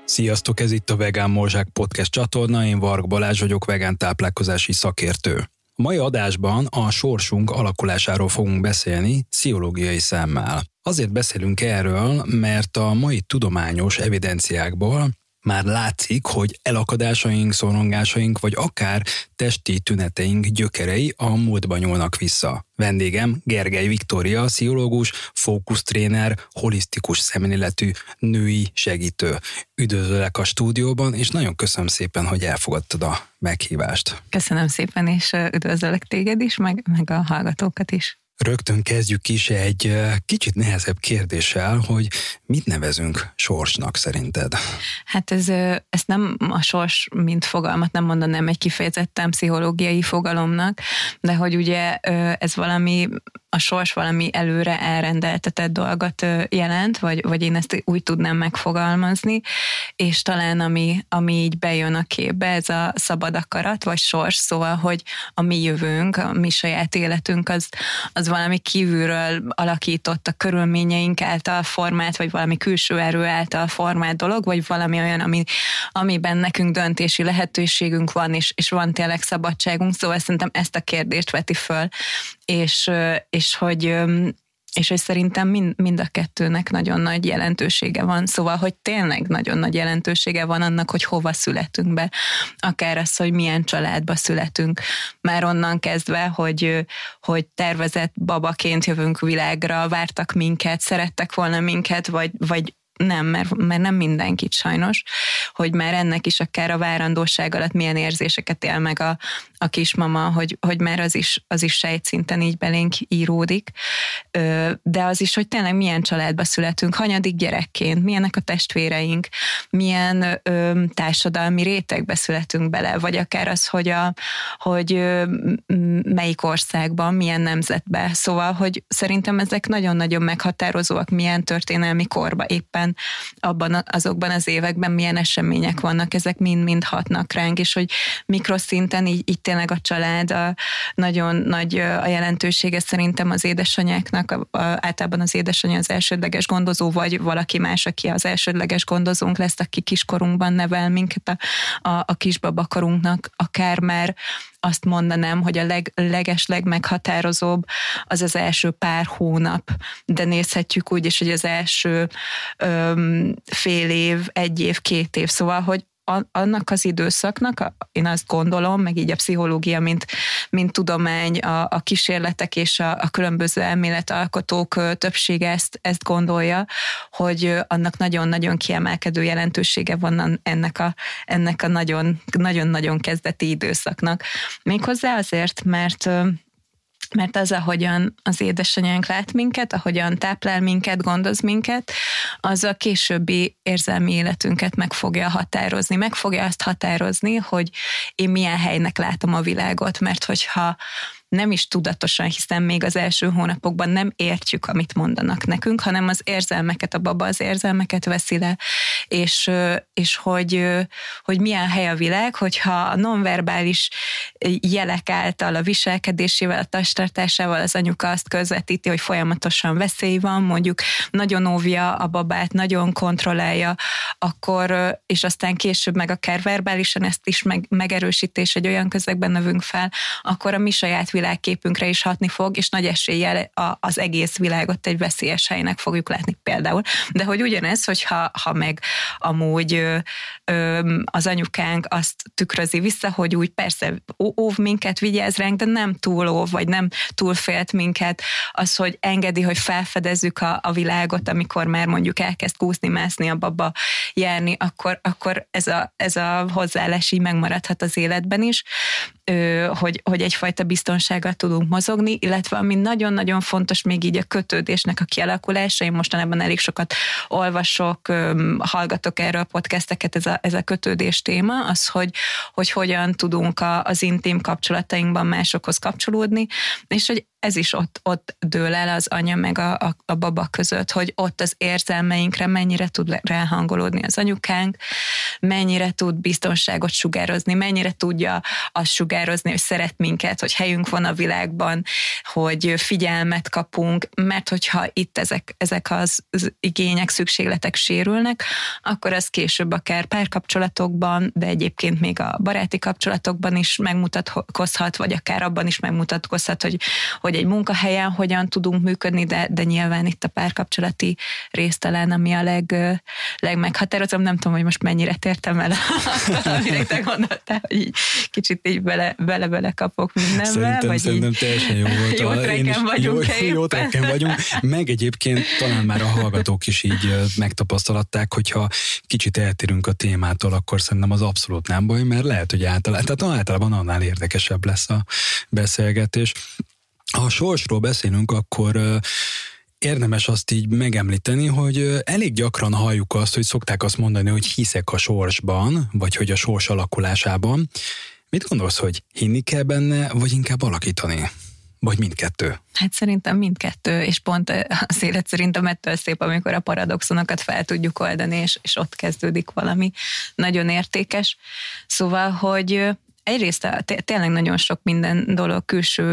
Sziasztok, ez itt a Vegán Morzsák Podcast csatorna, én Varg Balázs vagyok, vegán táplálkozási szakértő. A mai adásban a sorsunk alakulásáról fogunk beszélni pszichológiai szemmel. Azért beszélünk erről, mert a mai tudományos evidenciákból már látszik, hogy elakadásaink, szorongásaink vagy akár testi tüneteink gyökerei a múltba nyúlnak vissza. Vendégem Gergely Viktória, pszichológus, fókusztréner, holisztikus szemléletű női segítő. Üdvözöllek a stúdióban, és nagyon köszönöm szépen, hogy elfogadtad a meghívást. Köszönöm szépen, és üdvözöllek téged is, meg a hallgatókat is. Rögtön kezdjük is egy kicsit nehezebb kérdéssel, hogy mit nevezünk sorsnak szerinted? Hát ezt nem a sors, mint fogalmat nem mondanám egy kifejezetten pszichológiai fogalomnak, de hogy ugye ez a sors valami előre elrendeltetett dolgot jelent, vagy én ezt úgy tudnám megfogalmazni, és talán ami így bejön a képbe, ez a szabad akarat, vagy sors, szóval, hogy a mi jövőnk, a mi saját életünk az valami kívülről alakított a körülményeink által formált, vagy valami külső erő által formált dolog, vagy valami olyan, amiben nekünk döntési lehetőségünk van, és van tényleg szabadságunk, szóval szerintem ezt a kérdést veti föl, és hogy szerintem mind a kettőnek nagyon nagy jelentősége van, szóval, hogy tényleg nagyon nagy jelentősége van annak, hogy hova születünk be, akár az, hogy milyen családba születünk, már onnan kezdve, hogy tervezett babaként jövünk világra, vártak minket, szerettek volna minket, vagy nem, mert nem mindenkit sajnos, hogy már ennek is akár a várandóság alatt milyen érzéseket él meg a kismama, hogy már az is sejtszinten így belénk íródik, de az is, hogy tényleg milyen családba születünk, hanyadik gyerekként, milyenek a testvéreink, milyen társadalmi rétegbe születünk bele, vagy akár az, hogy melyik országban, milyen nemzetbe. Szóval, hogy szerintem ezek nagyon-nagyon meghatározóak, milyen történelmi korba éppen azokban az években milyen események vannak, ezek mind-mind hatnak ránk, és hogy mikroszinten így tényleg a család nagyon nagy a jelentősége szerintem az édesanyáknak, általában az édesanyja az elsődleges gondozó, vagy valaki más, aki az elsődleges gondozónk lesz, aki kiskorunkban nevel minket a kisbabakorunknak, akár már azt mondanám, hogy a legmeghatározóbb az első pár hónap, de nézhetjük úgy is, hogy az első fél év, egy év, 2 év, szóval, hogy annak az időszaknak, én azt gondolom, meg így a pszichológia, mint tudomány, a kísérletek és a különböző elméletalkotók többsége ezt gondolja, hogy annak nagyon-nagyon kiemelkedő jelentősége van ennek a nagyon-nagyon kezdeti időszaknak. Méghozzá azért, mert az, ahogyan az édesanyánk lát minket, ahogyan táplál minket, gondoz minket, az a későbbi érzelmi életünket meg fogja határozni. Meg fogja azt határozni, hogy én milyen helynek látom a világot, mert hogyha nem is tudatosan, hiszen még az első hónapokban nem értjük, amit mondanak nekünk, hanem az érzelmeket, a baba az érzelmeket veszi le, és hogy milyen hely a világ, hogyha a nonverbális jelek által, a viselkedésével, a testtartásával az anyuka azt közvetíti, hogy folyamatosan veszély van, mondjuk nagyon óvja a babát, nagyon kontrollálja, akkor, és aztán később meg akár verbálisan ezt is megerősítés, egy olyan közegben növünk fel, akkor a mi saját világképünkre is hatni fog, és nagy eséllyel az egész világot egy veszélyes helynek fogjuk látni például. De hogy ugyanez, hogyha meg amúgy az anyukánk azt tükrözi vissza, hogy úgy persze óv minket, vigyáz ránk, de nem túl óv, vagy nem túl félt minket, az, hogy engedi, hogy felfedezzük a világot, amikor már mondjuk elkezd kúszni, mászni a baba, járni, akkor ez a hozzáállás így megmaradhat az életben is, hogy egyfajta biztonsággal tudunk mozogni, illetve ami nagyon-nagyon fontos még így a kötődésnek a kialakulása, én mostanában elég sokat olvasok, hallgatok erről podcasteket, ez a kötődés téma, az, hogy hogyan tudunk az intim kapcsolatainkban másokhoz kapcsolódni, és hogy ez is ott dől el az anya meg a baba között, hogy ott az érzelmeinkre mennyire tud ráhangolódni az anyukánk, mennyire tud biztonságot sugározni, mennyire tudja azt sugározni, hogy szeret minket, hogy helyünk van a világban, hogy figyelmet kapunk, mert hogyha itt ezek az igények, szükségletek sérülnek, akkor az később akár párkapcsolatokban, de egyébként még a baráti kapcsolatokban is megmutatkozhat, vagy akár abban is megmutatkozhat, hogy egy munkahelyen hogyan tudunk működni, de nyilván itt a párkapcsolati rész talán, ami a legmeghatározóbb. Nem tudom, hogy most mennyire tértem el, amire te gondoltál, hogy így kicsit így bele kapok mindenbe. Szerintem teljesen jó volt. Jó trekken vagyunk. Jó trekken vagyunk. Meg egyébként talán már a hallgatók is így megtapasztalatták, hogyha kicsit eltérünk a témától, akkor szerintem az abszolút nem baj, mert lehet, hogy általában annál érdekesebb lesz a beszélgetés. Ha a sorsról beszélünk, akkor érdemes azt így megemlíteni, hogy elég gyakran halljuk azt, hogy szokták azt mondani, hogy hiszek a sorsban, vagy hogy a sors alakulásában. Mit gondolsz, hogy hinni kell benne, vagy inkább alakítani? Vagy mindkettő? Hát szerintem mindkettő, és pont az élet szerintem ettől szép, amikor a paradoxonokat fel tudjuk oldani, és ott kezdődik valami nagyon értékes. Szóval, hogy egyrészt tényleg nagyon sok minden dolog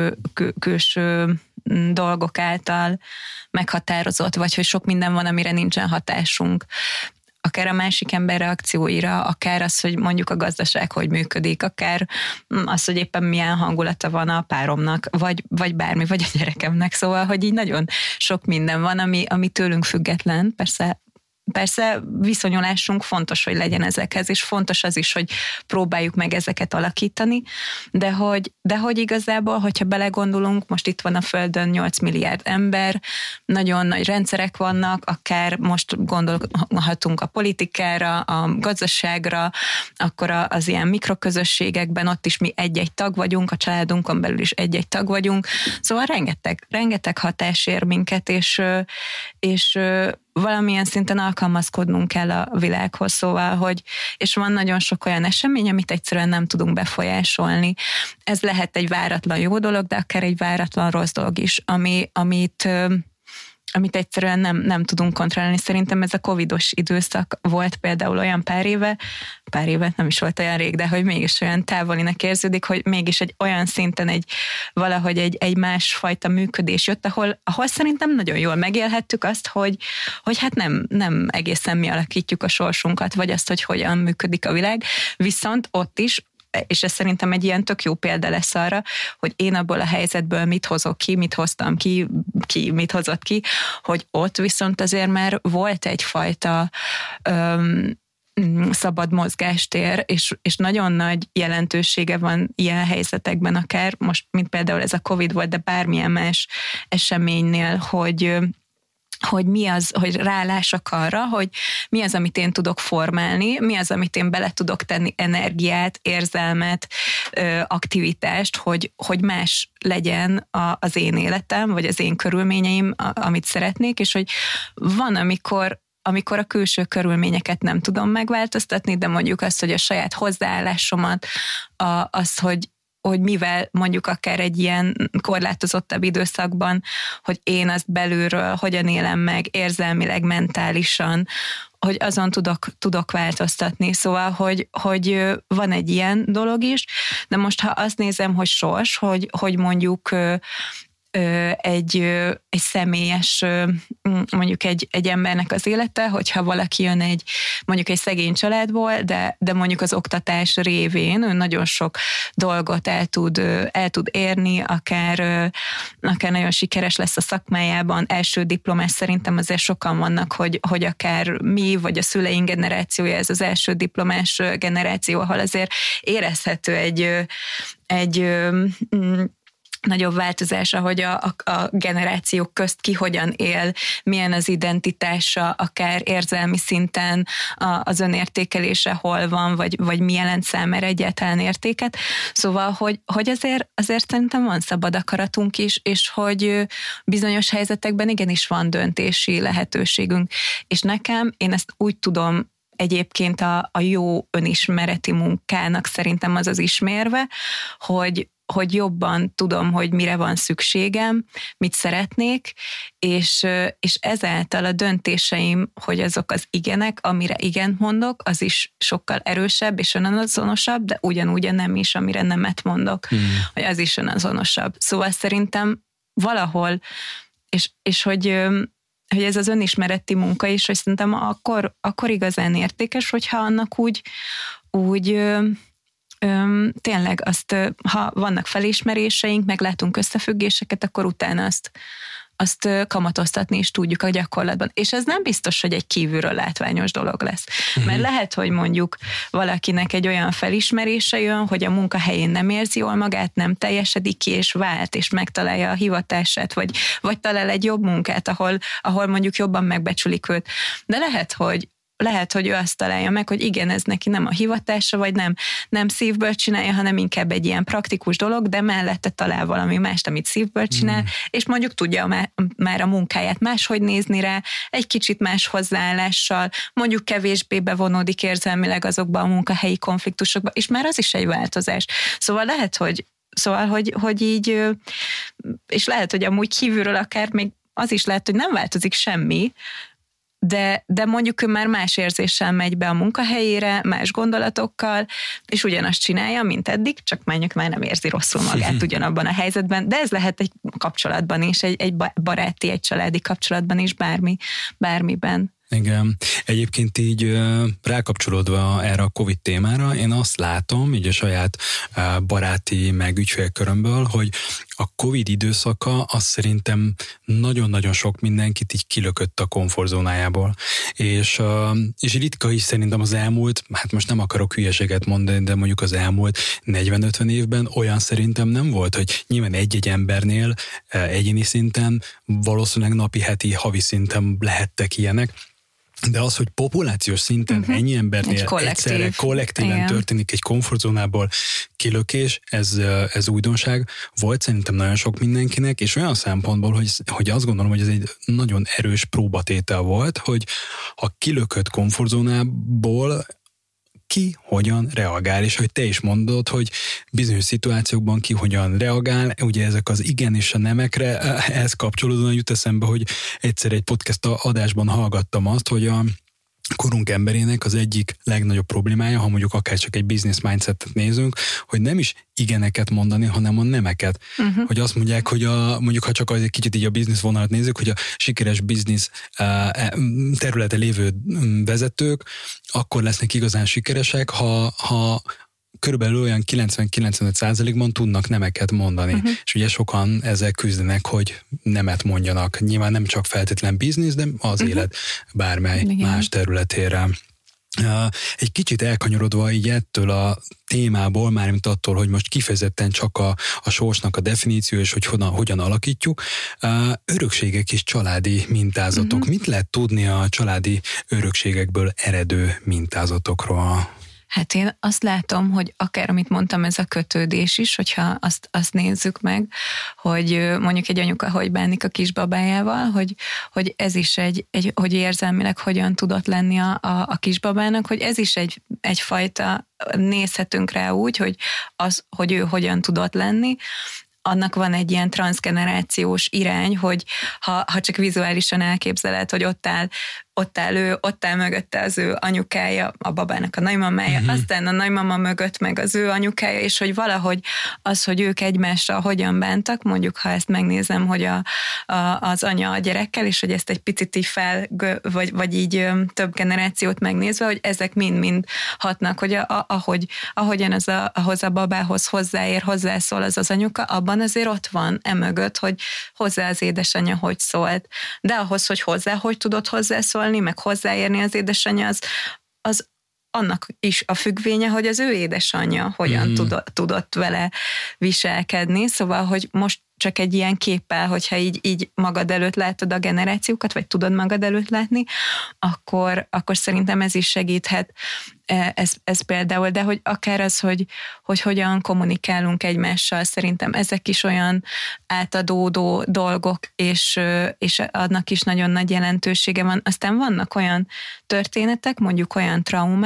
külső dolgok által meghatározott, vagy hogy sok minden van, amire nincsen hatásunk. Akár a másik ember reakcióira, akár az, hogy mondjuk a gazdaság hogy működik, akár az, hogy éppen milyen hangulata van a páromnak, vagy bármi, vagy a gyerekemnek. Szóval, hogy így nagyon sok minden van, ami tőlünk független. Persze viszonyulásunk fontos, hogy legyen ezekhez, és fontos az is, hogy próbáljuk meg ezeket alakítani, de hogy igazából, hogyha belegondolunk, most itt van a Földön 8 milliárd ember, nagyon nagy rendszerek vannak, akár most gondolhatunk a politikára, a gazdaságra, akkor az ilyen mikroközösségekben ott is mi egy-egy tag vagyunk, a családunkon belül is egy-egy tag vagyunk, szóval rengeteg hatás ér minket, és valamilyen szinten alkalmazkodnunk kell a világhoz, szóval, és van nagyon sok olyan esemény, amit egyszerűen nem tudunk befolyásolni. Ez lehet egy váratlan jó dolog, de akár egy váratlan rossz dolog is, amit egyszerűen nem tudunk kontrollálni. Szerintem ez a covidos időszak volt például olyan pár éve nem is volt olyan rég, de hogy mégis olyan távolinak érződik, hogy mégis egy olyan szinten valahogy egy másfajta működés jött, ahol szerintem nagyon jól megélhettük azt, hogy hát nem egészen mi alakítjuk a sorsunkat, vagy azt, hogy hogyan működik a világ, viszont ott is, és ez szerintem egy ilyen tök jó példa lesz arra, hogy én abból a helyzetből mit hozok ki, mit hoztam ki mit hozott ki, hogy ott viszont azért már volt egyfajta szabad mozgástér, és nagyon nagy jelentősége van ilyen helyzetekben akár, most mint például ez a Covid volt, de bármilyen más eseménynél, hogy mi az, hogy rálássak arra, hogy mi az, amit én tudok formálni, mi az, amit én bele tudok tenni energiát, érzelmet, aktivitást, hogy más legyen az én életem, vagy az én körülményeim, amit szeretnék, és hogy van, amikor a külső körülményeket nem tudom megváltoztatni, de mondjuk azt, hogy a saját hozzáállásomat, az, hogy mivel mondjuk akár egy ilyen korlátozottabb időszakban, hogy én azt belülről hogyan élem meg érzelmileg, mentálisan, hogy azon tudok változtatni. Szóval, hogy van egy ilyen dolog is, de most ha azt nézem, hogy sors, hogy mondjuk egy személyes, mondjuk egy embernek az élete, hogyha valaki jön mondjuk egy szegény családból, de mondjuk az oktatás révén ő nagyon sok dolgot el tud érni, akár nagyon sikeres lesz a szakmájában, első diplomás, szerintem azért sokan vannak, hogy akár mi, vagy a szüleink generációja, ez az első diplomás generáció, ahol azért érezhető egy nagyobb változás, ahogy a generációk közt ki hogyan él, milyen az identitása, akár érzelmi szinten az önértékelése hol van, vagy mi jelent számára egyáltalán értéket. Szóval, hogy azért szerintem van szabad akaratunk is, és hogy bizonyos helyzetekben igenis van döntési lehetőségünk. És én ezt úgy tudom, egyébként a jó önismereti munkának szerintem az ismérve, hogy hogy jobban tudom, hogy mire van szükségem, mit szeretnék, és ezáltal a döntéseim, hogy azok az igenek, amire igent mondok, az is sokkal erősebb és önazonosabb, de ugyanúgy a nem is, amire nemet mondok, hogy az is önazonosabb. Szóval szerintem valahol, és hogy ez az önismereti munka is, hogy szerintem akkor igazán értékes, hogyha annak úgy tényleg azt, ha vannak felismeréseink, meg látunk összefüggéseket, akkor utána azt kamatoztatni is tudjuk a gyakorlatban. És ez nem biztos, hogy egy kívülről látványos dolog lesz. Mert lehet, hogy mondjuk valakinek egy olyan felismerése jön, hogy a munkahelyén nem érzi jól magát, nem teljesedik ki, és vált, és megtalálja a hivatását, vagy talál egy jobb munkát, ahol mondjuk jobban megbecsülik őt. De lehet, hogy ő azt találja meg, hogy igen, ez neki nem a hivatása, vagy nem szívből csinálja, hanem inkább egy ilyen praktikus dolog, de mellette talál valami mást, amit szívből csinál, és mondjuk tudja már a munkáját máshogy nézni rá, egy kicsit más hozzáállással, mondjuk kevésbé bevonódik érzelmileg azokba a munkahelyi konfliktusokba, és már az is egy változás. Szóval lehet, hogy így, és lehet, hogy amúgy kívülről akár még az is lehet, hogy nem változik semmi, de mondjuk ő már más érzéssel megy be a munkahelyére, más gondolatokkal, és ugyanazt csinálja, mint eddig, csak mondjuk már nem érzi rosszul magát ugyanabban a helyzetben, de ez lehet egy kapcsolatban is, egy baráti, egy családi kapcsolatban is, bármiben. Igen. Egyébként így rákapcsolódva erre a Covid témára, én azt látom, így a saját baráti meg ügyfélkörömből, hogy a Covid időszaka az szerintem nagyon-nagyon sok mindenkit így kilökött a komfortzónájából. És ritka is szerintem az elmúlt, hát most nem akarok hülyeséget mondani, de mondjuk az elmúlt 40-50 évben olyan szerintem nem volt, hogy nyilván egy-egy embernél egyéni szinten, valószínűleg napi, heti, havi szinten lehettek ilyenek, de az, hogy populációs szinten ennyi embernél egyszerre kollektíven történik egy komfortzónából kilökés, ez újdonság volt szerintem nagyon sok mindenkinek, és olyan szempontból, hogy azt gondolom, hogy ez egy nagyon erős próbatétel volt, hogy a kilökött komfortzónából ki hogyan reagál, és hogy te is mondod, hogy bizonyos szituációkban ki hogyan reagál, ugye ezek az igen és a nemekre, ehhez kapcsolódóan jut eszembe, hogy egyszer egy podcast adásban hallgattam azt, hogy a korunk emberének az egyik legnagyobb problémája, ha mondjuk akár csak egy business mindsetet nézünk, hogy nem is igeneket mondani, hanem a nemeket. Hogy azt mondják, hogy mondjuk ha csak egy kicsit így a business vonalat nézzük, hogy a sikeres business területen lévő vezetők akkor lesznek igazán sikeresek, ha körülbelül olyan 90-95%-ban tudnak nemeket mondani. És ugye sokan ezzel küzdenek, hogy nemet mondjanak. Nyilván nem csak feltétlen biznisz, de az élet bármely más területére. Egy kicsit elkanyarodva így ettől a témából, mármint attól, hogy most kifejezetten csak a sorsnak a definíció, és hogy hogyan alakítjuk, örökségek és családi mintázatok. Mit lehet tudni a családi örökségekből eredő mintázatokról? Hát én azt látom, hogy akár, amit mondtam, ez a kötődés is, hogyha azt nézzük meg, hogy mondjuk egy anyuka hogy bánik a kisbabájával, hogy ez is hogy érzelmileg hogyan tudott lenni a kisbabának, hogy ez is egyfajta, nézhetünk rá úgy, hogy ő hogyan tudott lenni. Annak van egy ilyen transzgenerációs irány, hogy ha csak vizuálisan elképzeled, hogy ott áll ő, ott áll mögötte az ő anyukája, a babának a nagymamája, aztán a nagymama mögött meg az ő anyukája, és hogy valahogy az, hogy ők egymással hogyan bántak, mondjuk ha ezt megnézem, hogy az anya a gyerekkel, és hogy ezt egy picit így vagy így több generációt megnézve, hogy ezek mind-mind hatnak, hogy ahogyan ahhoz a babához hozzászól az anyuka, abban azért ott van emögött, hogy hozzá az édesanyja hogy szólt. De ahhoz, hogy hogy tudott hozzászólni, meg hozzáérni az édesanyja, az annak is a függvénye, hogy az ő édesanyja hogyan tudott vele viselkedni. Szóval, hogy most csak egy ilyen képpel, hogyha így magad előtt látod a generációkat, vagy tudod magad előtt látni, akkor szerintem ez is segíthet. Ez például, de hogy akár az, hogy hogyan kommunikálunk egymással, szerintem ezek is olyan átadódó dolgok, és annak is nagyon nagy jelentősége van. Aztán vannak olyan történetek, mondjuk olyan traumák,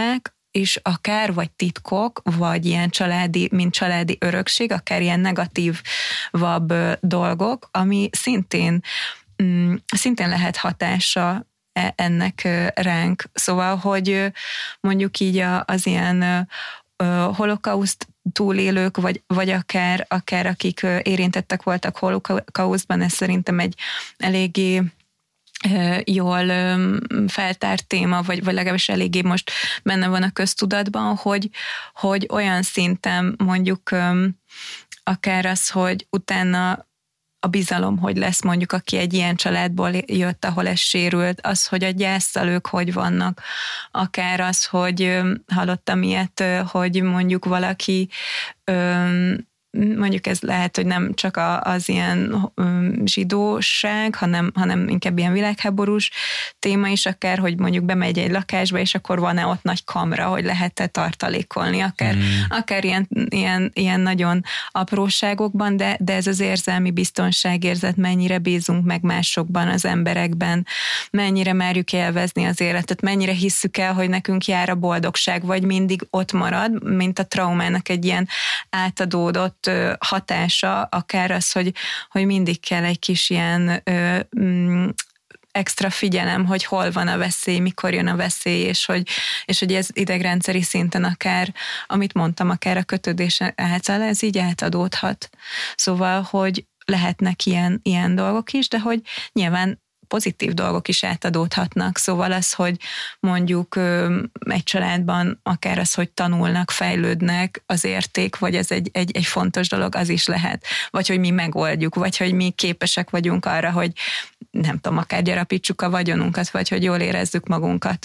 és akár vagy titkok, vagy ilyen családi örökség, akár ilyen negatívabb dolgok, ami szintén lehet hatása ennek ránk. Szóval, hogy mondjuk így az ilyen holokauszt túlélők, vagy akár akik érintettek voltak holokausztban, ez szerintem egy eléggé jól feltárt téma, vagy legalábbis eléggé most benne van a köztudatban, hogy olyan szinten mondjuk akár az, hogy utána a bizalom, hogy lesz mondjuk, aki egy ilyen családból jött, ahol ez sérült, az, hogy a gyászsal ők hogy vannak, akár az, hogy hallottam ilyet, hogy mondjuk valaki mondjuk ez lehet, hogy nem csak az ilyen zsidóság, hanem inkább ilyen világháborús téma is, akár, hogy mondjuk bemegy egy lakásba, és akkor van-e ott nagy kamra, hogy lehet-e tartalékolni, akár ilyen nagyon apróságokban, de ez az érzelmi biztonságérzet, mennyire bízunk meg másokban, az emberekben, mennyire merjük élvezni az életet, mennyire hisszük el, hogy nekünk jár a boldogság, vagy mindig ott marad, mint a traumának egy ilyen átadódott hatása, akár az, hogy mindig kell egy kis ilyen extra figyelem, hogy hol van a veszély, mikor jön a veszély, és hogy ez idegrendszeri szinten akár, amit mondtam, akár a kötődés által ez így átadódhat. Szóval, hogy lehetnek ilyen dolgok is, de hogy nyilván pozitív dolgok is átadódhatnak. Szóval az, hogy mondjuk egy családban akár az, hogy tanulnak, fejlődnek, az érték, vagy ez egy fontos dolog, az is lehet. Vagy hogy mi megoldjuk, vagy hogy mi képesek vagyunk arra, hogy nem tudom, akár gyarapítsuk a vagyonunkat, vagy hogy jól érezzük magunkat.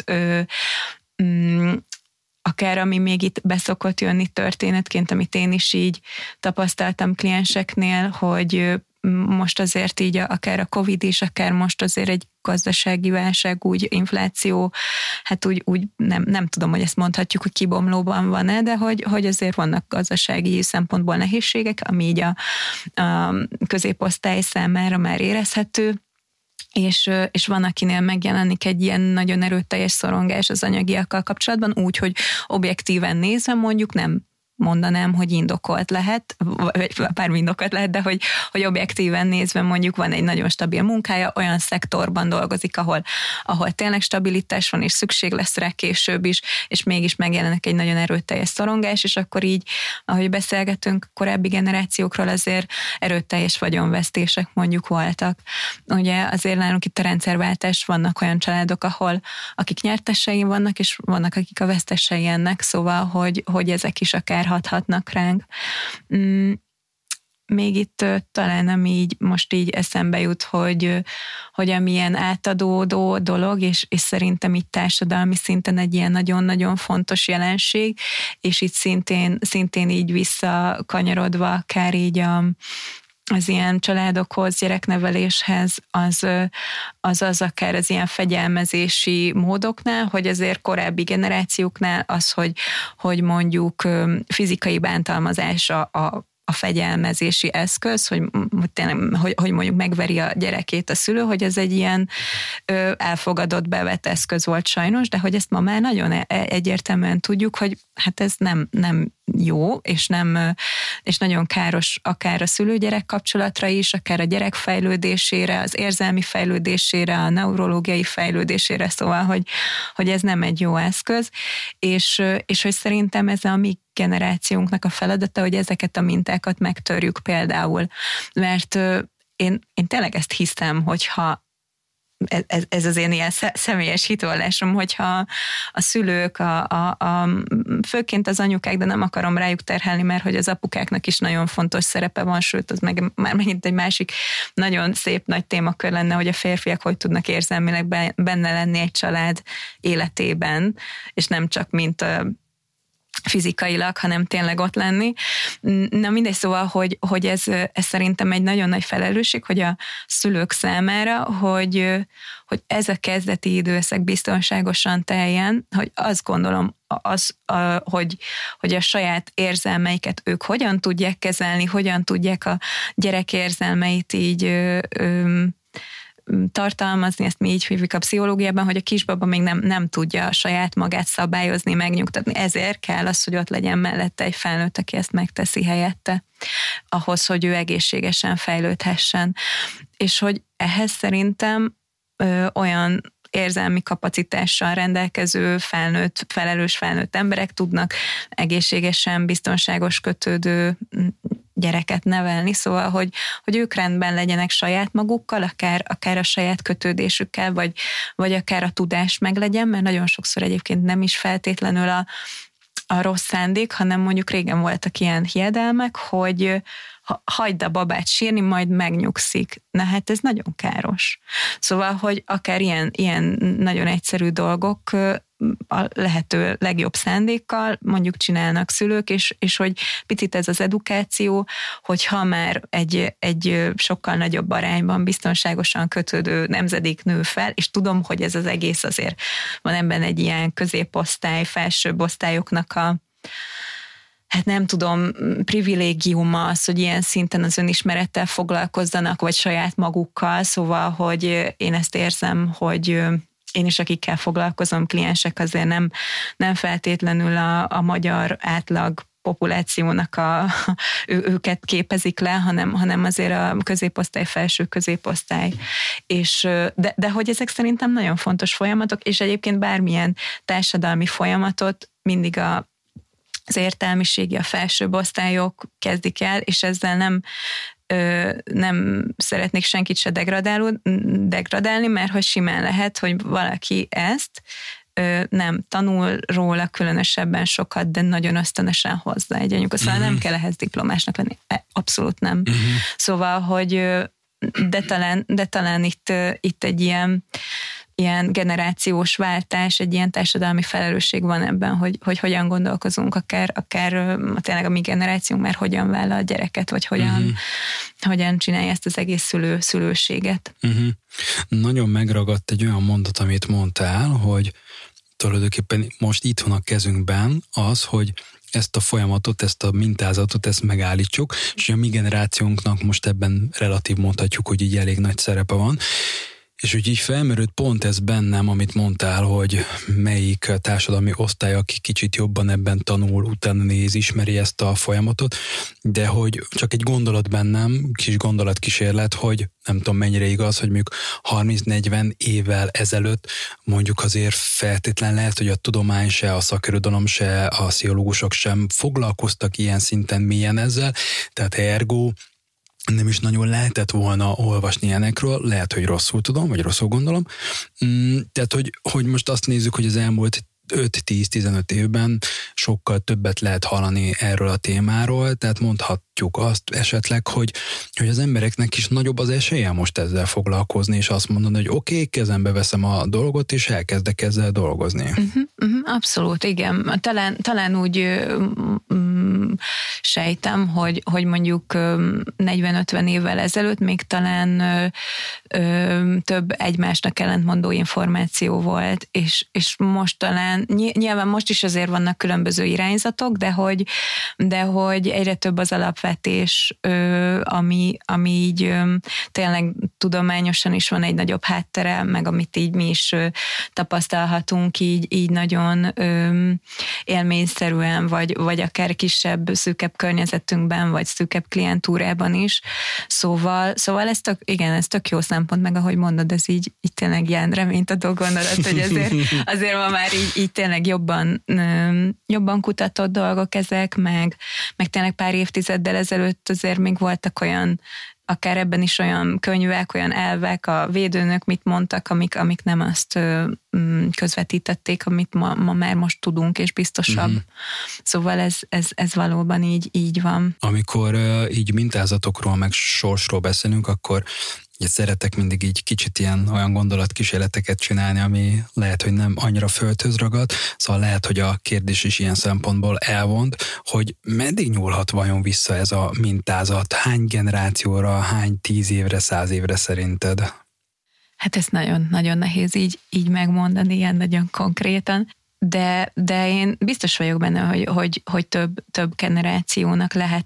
Akár ami még itt beszokott jönni történetként, amit én is így tapasztaltam klienseknél, hogy most azért így akár a Covid is, akár most azért egy gazdasági válság, úgy infláció, hát úgy nem tudom, hogy ezt mondhatjuk, hogy kibomlóban van-e, de hogy azért vannak gazdasági szempontból nehézségek, ami így a középosztály számára már érezhető, és van, akinél megjelenik egy ilyen nagyon erőteljes szorongás az anyagiakkal kapcsolatban, úgy, hogy objektíven nézve mondjuk nem mondanám, hogy indokolt lehet, vagy bármi indokolt lehet, de hogy objektíven nézve mondjuk van egy nagyon stabil munkája, olyan szektorban dolgozik, ahol tényleg stabilitás van, és szükség lesz rá később is, és mégis megjelenik egy nagyon erőteljes szorongás, és akkor így, ahogy beszélgetünk korábbi generációkról, azért erőteljes vagyonvesztések mondjuk voltak. Ugye azért nálunk itt a rendszerváltás, vannak olyan családok, akik nyertesei vannak, és vannak, akik a vesztesei ennek, szóval, hogy ezek is akár hathatnak ránk. Még itt talán ami így most így eszembe jut, hogy amilyen átadódó dolog, és szerintem itt társadalmi szinten egy ilyen nagyon-nagyon fontos jelenség, és itt szintén így visszakanyarodva akár így az ilyen családokhoz, gyerekneveléshez, az akár az ilyen fegyelmezési módoknál, hogy azért korábbi generációknál az, hogy mondjuk fizikai bántalmazás a fegyelmezési eszköz, hogy tényleg, hogy mondjuk megveri a gyerekét a szülő, hogy ez egy ilyen elfogadott, bevett eszköz volt sajnos, de hogy ezt ma már nagyon egyértelműen tudjuk, hogy hát ez nem jó, és nagyon káros akár a szülő-gyerek kapcsolatra is, akár a gyerek fejlődésére, az érzelmi fejlődésére, a neurológiai fejlődésére, szóval, hogy ez nem egy jó eszköz, és hogy szerintem ez a mi generációnknak a feladata, hogy ezeket a mintákat megtörjük például, mert én tényleg ezt hiszem, hogyha ez az én ilyen személyes hitvallásom, hogyha a szülők, főként az anyukák, de nem akarom rájuk terhelni, mert hogy az apukáknak is nagyon fontos szerepe van, sőt, az meg már megint egy másik nagyon szép nagy témakör lenne, hogy a férfiak hogy tudnak érzelmileg benne lenni egy család életében, és nem csak mint fizikailag, hanem tényleg ott lenni. Na mindegy, szóval, hogy ez szerintem egy nagyon nagy felelősség, hogy a szülők számára, hogy ez a kezdeti időszak biztonságosan teljen, hogy azt gondolom, hogy a saját érzelmeiket ők hogyan tudják kezelni, hogyan tudják a gyerek érzelmeit így tartalmazni, ezt mi így hívjuk a pszichológiában, hogy a kisbaba még nem tudja a saját magát szabályozni, megnyugtatni. Ezért kell az, hogy ott legyen mellette egy felnőtt, aki ezt megteszi helyette, ahhoz, hogy ő egészségesen fejlődhessen. És hogy ehhez szerintem olyan érzelmi kapacitással rendelkező felelős felnőtt emberek tudnak egészségesen, biztonságos, kötődő gyereket nevelni, szóval, hogy ők rendben legyenek saját magukkal, akár a saját kötődésükkel, vagy akár a tudás meglegyen, mert nagyon sokszor egyébként nem is feltétlenül a rossz szándék, hanem mondjuk régen voltak ilyen hiedelmek, hogy hagyd a babát sírni, majd megnyugszik. Na hát ez nagyon káros. Szóval, hogy akár ilyen nagyon egyszerű dolgok a lehető legjobb szándékkal mondjuk csinálnak szülők, és hogy picit ez az edukáció, hogyha már egy sokkal nagyobb arányban biztonságosan kötődő nemzedék nő fel, és tudom, hogy ez az egész azért van ebben egy ilyen középosztály, felsőbb osztályoknak hát nem tudom, privilégiuma az, hogy ilyen szinten az önismerettel foglalkozzanak, vagy saját magukkal, szóval, hogy én ezt érzem, hogy én is, akikkel foglalkozom, kliensek azért nem feltétlenül a magyar átlag populációnak őket képezik le, hanem azért a középosztály, felső középosztály. De hogy ezek szerintem nagyon fontos folyamatok, és egyébként bármilyen társadalmi folyamatot mindig az értelmiségi, a felsőbb osztályok kezdik el, és ezzel nem szeretnék senkit se degradálni, mert hogy simán lehet, hogy valaki ezt nem tanul róla különösebben sokat, de nagyon ösztönösen hozzá egy anyuka. Szóval nem kell ehhez diplomásnak lenni. Abszolút nem. Szóval, hogy de talán itt egy ilyen generációs váltás, egy ilyen társadalmi felelősség van ebben, hogy hogyan gondolkozunk, akár tényleg a mi generációnk már hogyan vállal a gyereket, vagy hogyan csinálja ezt az egész szülőséget. Nagyon megragadt egy olyan mondat, amit mondtál, hogy tulajdonképpen most itt van a kezünkben az, hogy ezt a folyamatot, ezt a mintázatot, ezt megállítsuk, és a mi generációnknak most ebben relatív mondhatjuk, hogy így elég nagy szerepe van. És úgy így felmerült pont ez bennem, amit mondtál, hogy melyik társadalmi osztály, aki kicsit jobban ebben tanul, utána néz, ismeri ezt a folyamatot, de hogy csak egy gondolat bennem, kis gondolatkísérlet, hogy nem tudom mennyire igaz, hogy mondjuk 30-40 évvel ezelőtt mondjuk azért feltétlen lehet, hogy a tudomány se, a szakirodalom se, a pszichológusok sem foglalkoztak ilyen szinten mélyen ezzel, tehát ergo nem is nagyon lehetett volna olvasni ilyenekről, lehet, hogy rosszul tudom, vagy rosszul gondolom. Tehát, hogy most azt nézzük, hogy az elmúlt 5-10-15 évben sokkal többet lehet hallani erről a témáról, tehát mondhatjuk azt esetleg, hogy az embereknek is nagyobb az esélye most ezzel foglalkozni, és azt mondani, hogy oké, kezembe veszem a dolgot, és elkezdek ezzel dolgozni. Abszolút, igen. Talán úgy sejtem, hogy mondjuk 40-50 évvel ezelőtt még talán több egymásnak ellentmondó információ volt, és most talán nyilván most is azért vannak különböző irányzatok, de hogy egyre több az alapvetés, ami így tényleg tudományosan is van egy nagyobb háttere, meg amit így mi is tapasztalhatunk így nagyon élményszerűen, vagy akár kisebb, szűkebb környezetünkben, vagy szűkebb klientúrában is. Szóval ez tök jó szempont, meg ahogy mondod, ez így tényleg ilyen reménytadó gondolat, hogy azért ma már így tényleg jobban kutatott dolgok ezek, meg tényleg pár évtizeddel ezelőtt azért még voltak olyan, akár ebben is olyan könyvek, olyan elvek, a védőnök mit mondtak, amik nem azt közvetítették, amit ma már most tudunk, és biztosabb. Szóval ez valóban így van. Amikor így mintázatokról, meg sorsról beszélünk, akkor szeretek mindig így kicsit olyan gondolatkísérleteket csinálni, ami lehet, hogy nem annyira földhöz ragad, szóval lehet, hogy a kérdés is ilyen szempontból elvont, hogy meddig nyúlhat vajon vissza ez a mintázat, hány generációra, hány 10 évre, 100 évre szerinted? Hát ezt nagyon-nagyon nehéz így megmondani, ilyen nagyon konkrétan. De én biztos vagyok benne, hogy több generációnak lehetnek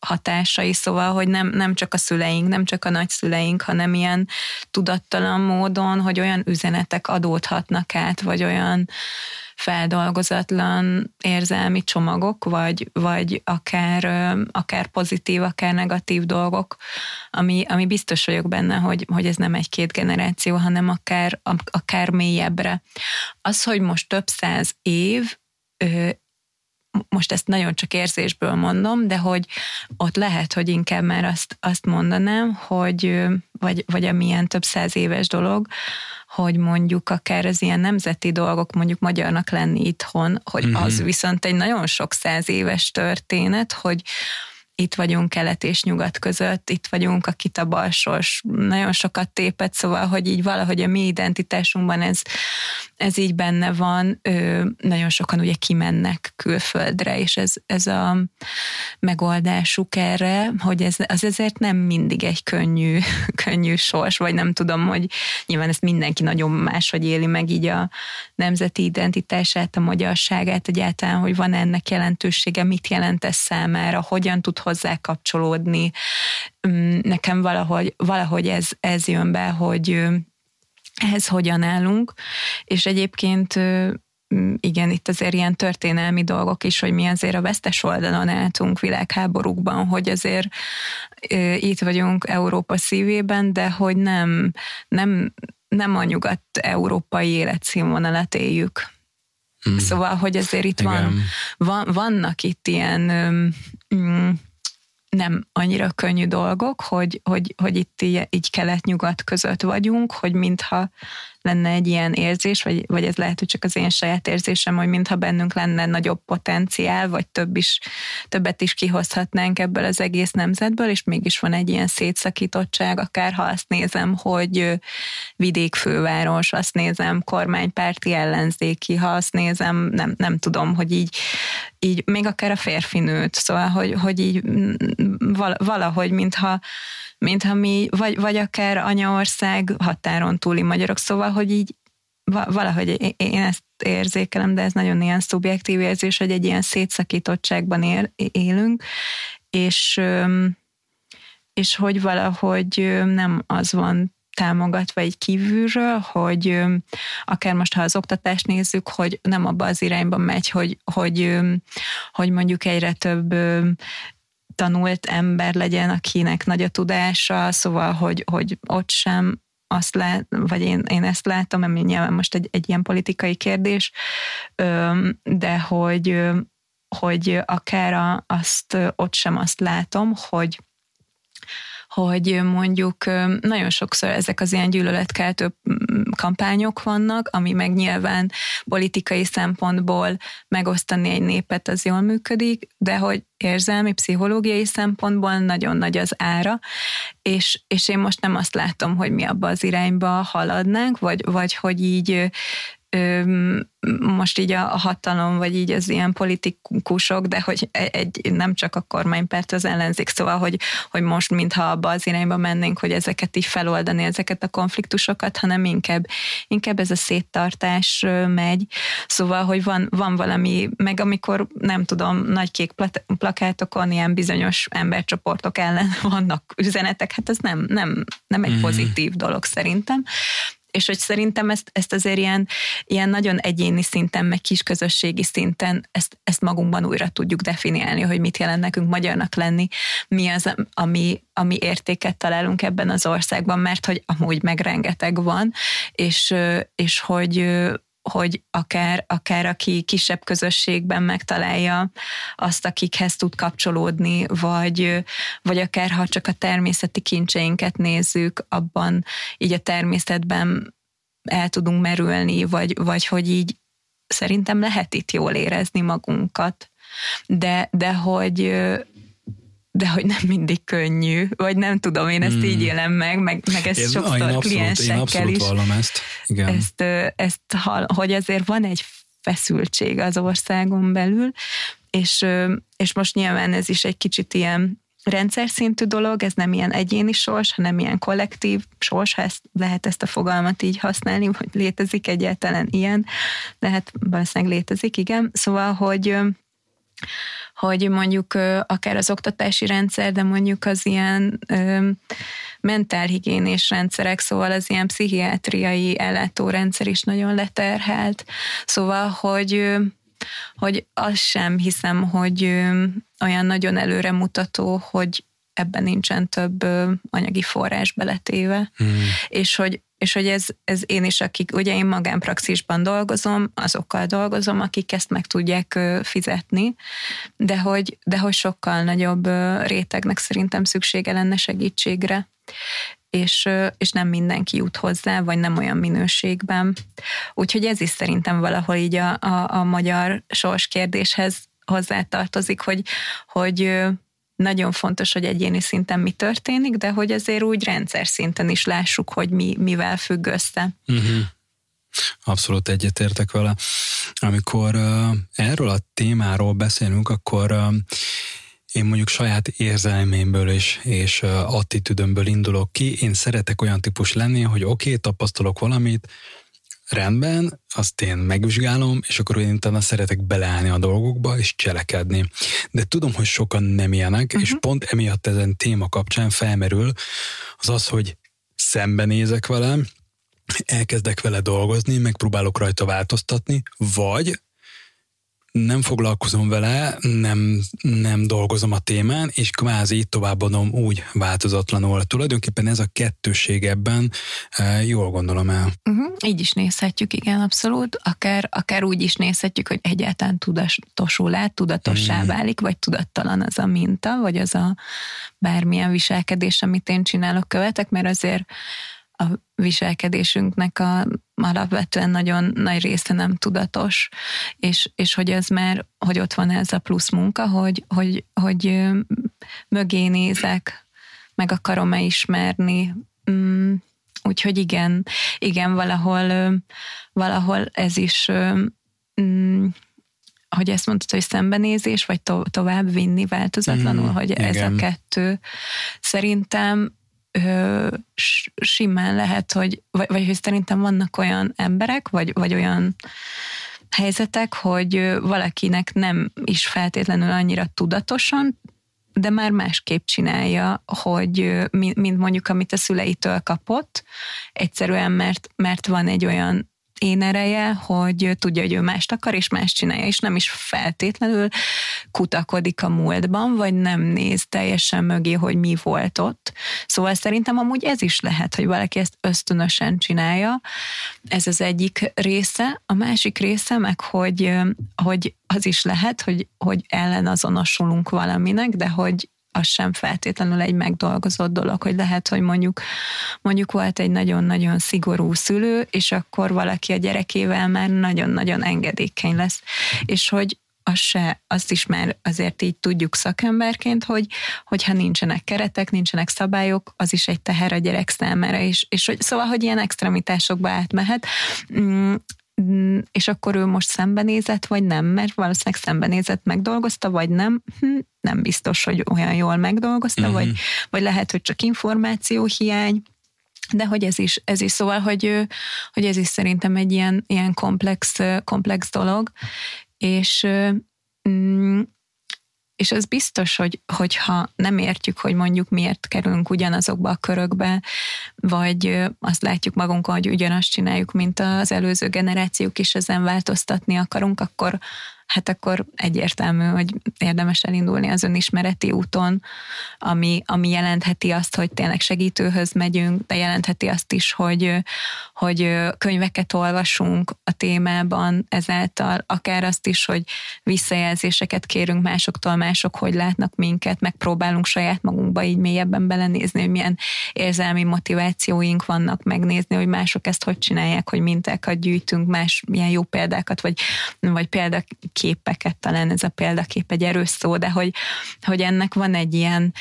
hatásai, szóval, hogy nem csak a szüleink, nem csak a nagyszüleink, hanem ilyen tudattalan módon, hogy olyan üzenetek adódhatnak át, vagy olyan feldolgozatlan érzelmi csomagok, vagy akár pozitív, akár negatív dolgok, ami biztos vagyok benne, hogy ez nem egy-két generáció, hanem akár mélyebbre. Az, hogy most több száz év, most ezt nagyon csak érzésből mondom, de hogy ott lehet, hogy inkább már azt mondanám, hogy vagy amilyen több száz éves dolog, hogy mondjuk akár az ilyen nemzeti dolgok, mondjuk magyarnak lenni itthon, hogy az viszont egy nagyon sok száz éves történet, hogy itt vagyunk kelet és nyugat között, itt vagyunk, akit a balsors nagyon sokat tépett, szóval, hogy így valahogy a mi identitásunkban ez így benne van. Nagyon sokan ugye kimennek külföldre, és ez a megoldásuk erre, hogy az ezért nem mindig egy könnyű sors, vagy nem tudom, hogy nyilván ezt mindenki nagyon máshogy éli meg így a nemzeti identitását, a magyarságát, egyáltalán, hogy van ennek jelentősége, mit jelent ez számára, hogyan tud hozzá kapcsolódni. Nekem valahogy ez jön be, hogy ehhez hogyan állunk, és egyébként igen, itt azért ilyen történelmi dolgok is, hogy mi azért a vesztes oldalon álltunk világháborúkban, hogy azért itt vagyunk Európa szívében, de hogy nem a nyugat-európai életszínvonalat éljük. Szóval, hogy azért itt vannak itt ilyen nem annyira könnyű dolgok, hogy itt így kelet-nyugat között vagyunk, hogy mintha lenne egy ilyen érzés, vagy ez lehet, hogy csak az én saját érzésem, hogy mintha bennünk lenne nagyobb potenciál, vagy többet is kihozhatnánk ebből az egész nemzetből, és mégis van egy ilyen szétszakítottság, akár ha azt nézem, hogy vidékfőváros, azt nézem kormánypárti ellenzéki, ha azt nézem, nem tudom, hogy így még akár a férfi nőt, szóval, hogy így valahogy, mintha mi, vagy akár anyaország határon túli magyarok, szóval, hogy így valahogy én ezt érzékelem, de ez nagyon ilyen szubjektív érzés, hogy egy ilyen szétszakítottságban élünk, és hogy valahogy nem az van támogatva egy kívülről, hogy akár most, ha az oktatást nézzük, hogy nem abba az irányba megy, hogy mondjuk egyre több tanult ember legyen, akinek nagy a tudása, szóval, hogy ott sem azt vagy én ezt látom, ami nyilván most egy ilyen politikai kérdés, de hogy akár ott sem azt látom, hogy mondjuk nagyon sokszor ezek az ilyen gyűlöletkeltő kampányok vannak, ami meg nyilván politikai szempontból megosztani egy népet, az jól működik, de hogy érzelmi, pszichológiai szempontból nagyon nagy az ára, és én most nem azt látom, hogy mi abba az irányba haladnánk, vagy hogy így most így a hatalom, vagy így az ilyen politikusok, de hogy nem csak a kormánypárt, az ellenzék, szóval, hogy most mintha abba az irányba mennénk, hogy ezeket így feloldani, ezeket a konfliktusokat, hanem inkább ez a széttartás megy. Szóval, hogy van valami, meg amikor nem tudom, nagy kék plakátokon ilyen bizonyos embercsoportok ellen vannak üzenetek, hát ez nem egy pozitív dolog szerintem. És hogy szerintem ezt azért ilyen nagyon egyéni szinten, meg kisközösségi szinten ezt magunkban újra tudjuk definiálni, hogy mit jelent nekünk magyarnak lenni, mi az, ami értéket találunk ebben az országban, mert hogy amúgy meg rengeteg van, és hogy akár aki kisebb közösségben megtalálja azt, akikhez tud kapcsolódni, vagy akár ha csak a természeti kincseinket nézzük, abban így a természetben el tudunk merülni, vagy hogy így szerintem lehet itt jól érezni magunkat, de hogy nem mindig könnyű, vagy nem tudom, én ezt így élem meg ezt sokszor kliensekkel is. Én abszolút vallom ezt. Igen. Ezt hogy azért van egy feszültség az országon belül, és most nyilván ez is egy kicsit ilyen rendszer szintű dolog, ez nem ilyen egyéni sors, hanem ilyen kollektív sors, ha lehet ezt a fogalmat így használni, hogy létezik egyáltalán ilyen, lehet valószínűleg létezik, igen. Szóval, hogy mondjuk akár az oktatási rendszer, de mondjuk az ilyen mentálhigiénés rendszerek, szóval az ilyen pszichiátriai ellátórendszer is nagyon leterhelt. Szóval, hogy azt sem hiszem, hogy olyan nagyon előremutató, hogy ebben nincsen több anyagi forrás beletéve. És hogy ez én is, akik, ugye én magánpraxisban dolgozom, azokkal dolgozom, akik ezt meg tudják fizetni, de hogy sokkal nagyobb rétegnek szerintem szüksége lenne segítségre, és nem mindenki jut hozzá, vagy nem olyan minőségben. Úgyhogy ez is szerintem valahol így a magyar sorskérdéshez hozzátartozik, hogy nagyon fontos, hogy egyéni szinten mi történik, de hogy azért úgy rendszer szinten is lássuk, hogy mivel függ össze. Abszolút egyetértek vele. Amikor erről a témáról beszélünk, akkor én mondjuk saját érzelmeimből és attitűdömből indulok ki. Én szeretek olyan típus lenni, hogy oké, tapasztalok valamit, rendben, azt én megvizsgálom, és akkor én utána szeretek beleállni a dolgokba, és cselekedni. De tudom, hogy sokan nem ilyenek, és pont emiatt ezen téma kapcsán felmerül az, hogy szembenézek velem, elkezdek vele dolgozni, megpróbálok rajta változtatni, vagy nem foglalkozom vele, nem dolgozom a témán, és kvázi továbbadom úgy változatlanul. Tulajdonképpen ez a kettőség ebben, jól gondolom el. Így is nézhetjük, igen, abszolút. Akár úgy is nézhetjük, hogy egyáltalán tudatosul-e, tudatossá válik, vagy tudattalan az a minta, vagy az a bármilyen viselkedés, amit én csinálok, követek, mert azért a viselkedésünknek alapvetően nagyon nagy része nem tudatos, és hogy ez már, hogy ott van ez a plusz munka, hogy mögé nézek, meg akarom-e ismerni. Úgyhogy igen, valahol ez is, hogy ezt mondtad, hogy szembenézés, vagy tovább vinni változatlanul, hogy ez a kettő. Szerintem simán lehet, vagy hogy szerintem vannak olyan emberek, vagy olyan helyzetek, hogy valakinek nem is feltétlenül annyira tudatosan, de már másképp csinálja, hogy mint mondjuk, amit a szüleitől kapott, egyszerűen mert van egy olyan én ereje, hogy tudja, hogy ő mást akar, és mást csinálja, és nem is feltétlenül kutakodik a múltban, vagy nem néz teljesen mögé, hogy mi volt ott. Szóval szerintem amúgy ez is lehet, hogy valaki ezt ösztönösen csinálja. Ez az egyik része. A másik része meg, hogy az is lehet, hogy ellenazonosulunk valaminek, de hogy az sem feltétlenül egy megdolgozott dolog, hogy lehet, hogy mondjuk volt egy nagyon-nagyon szigorú szülő, és akkor valaki a gyerekével már nagyon-nagyon engedékeny lesz. És hogy azt is már azért így tudjuk szakemberként, hogyha nincsenek keretek, nincsenek szabályok, az is egy teher a gyerek számára, és szóval, hogy ilyen extremitásokba átmehet, és akkor ő most szembenézett, vagy nem, mert valószínűleg szembenézett, megdolgozta, vagy nem, nem biztos, hogy olyan jól megdolgozta, vagy lehet, hogy csak információhiány, de hogy ez is szóval, hogy ez is szerintem egy ilyen komplex dolog, és az biztos, hogyha nem értjük, hogy mondjuk miért kerülünk ugyanazokba a körökbe, vagy azt látjuk magunkon, hogy ugyanazt csináljuk, mint az előző generációk, és ezen változtatni akarunk, akkor egyértelmű, hogy érdemes elindulni az önismereti úton, ami jelentheti azt, hogy tényleg segítőhöz megyünk, de jelentheti azt is, hogy könyveket olvasunk a témában, ezáltal akár azt is, hogy visszajelzéseket kérünk másoktól, mások hogy látnak minket, megpróbálunk saját magunkba így mélyebben belenézni, hogy milyen érzelmi motivációink vannak, megnézni, hogy mások ezt hogy csinálják, hogy mintákat gyűjtünk, más milyen jó példákat, vagy példaképeket, talán ez a példakép egy erős szó, de hogy ennek van egy ilyen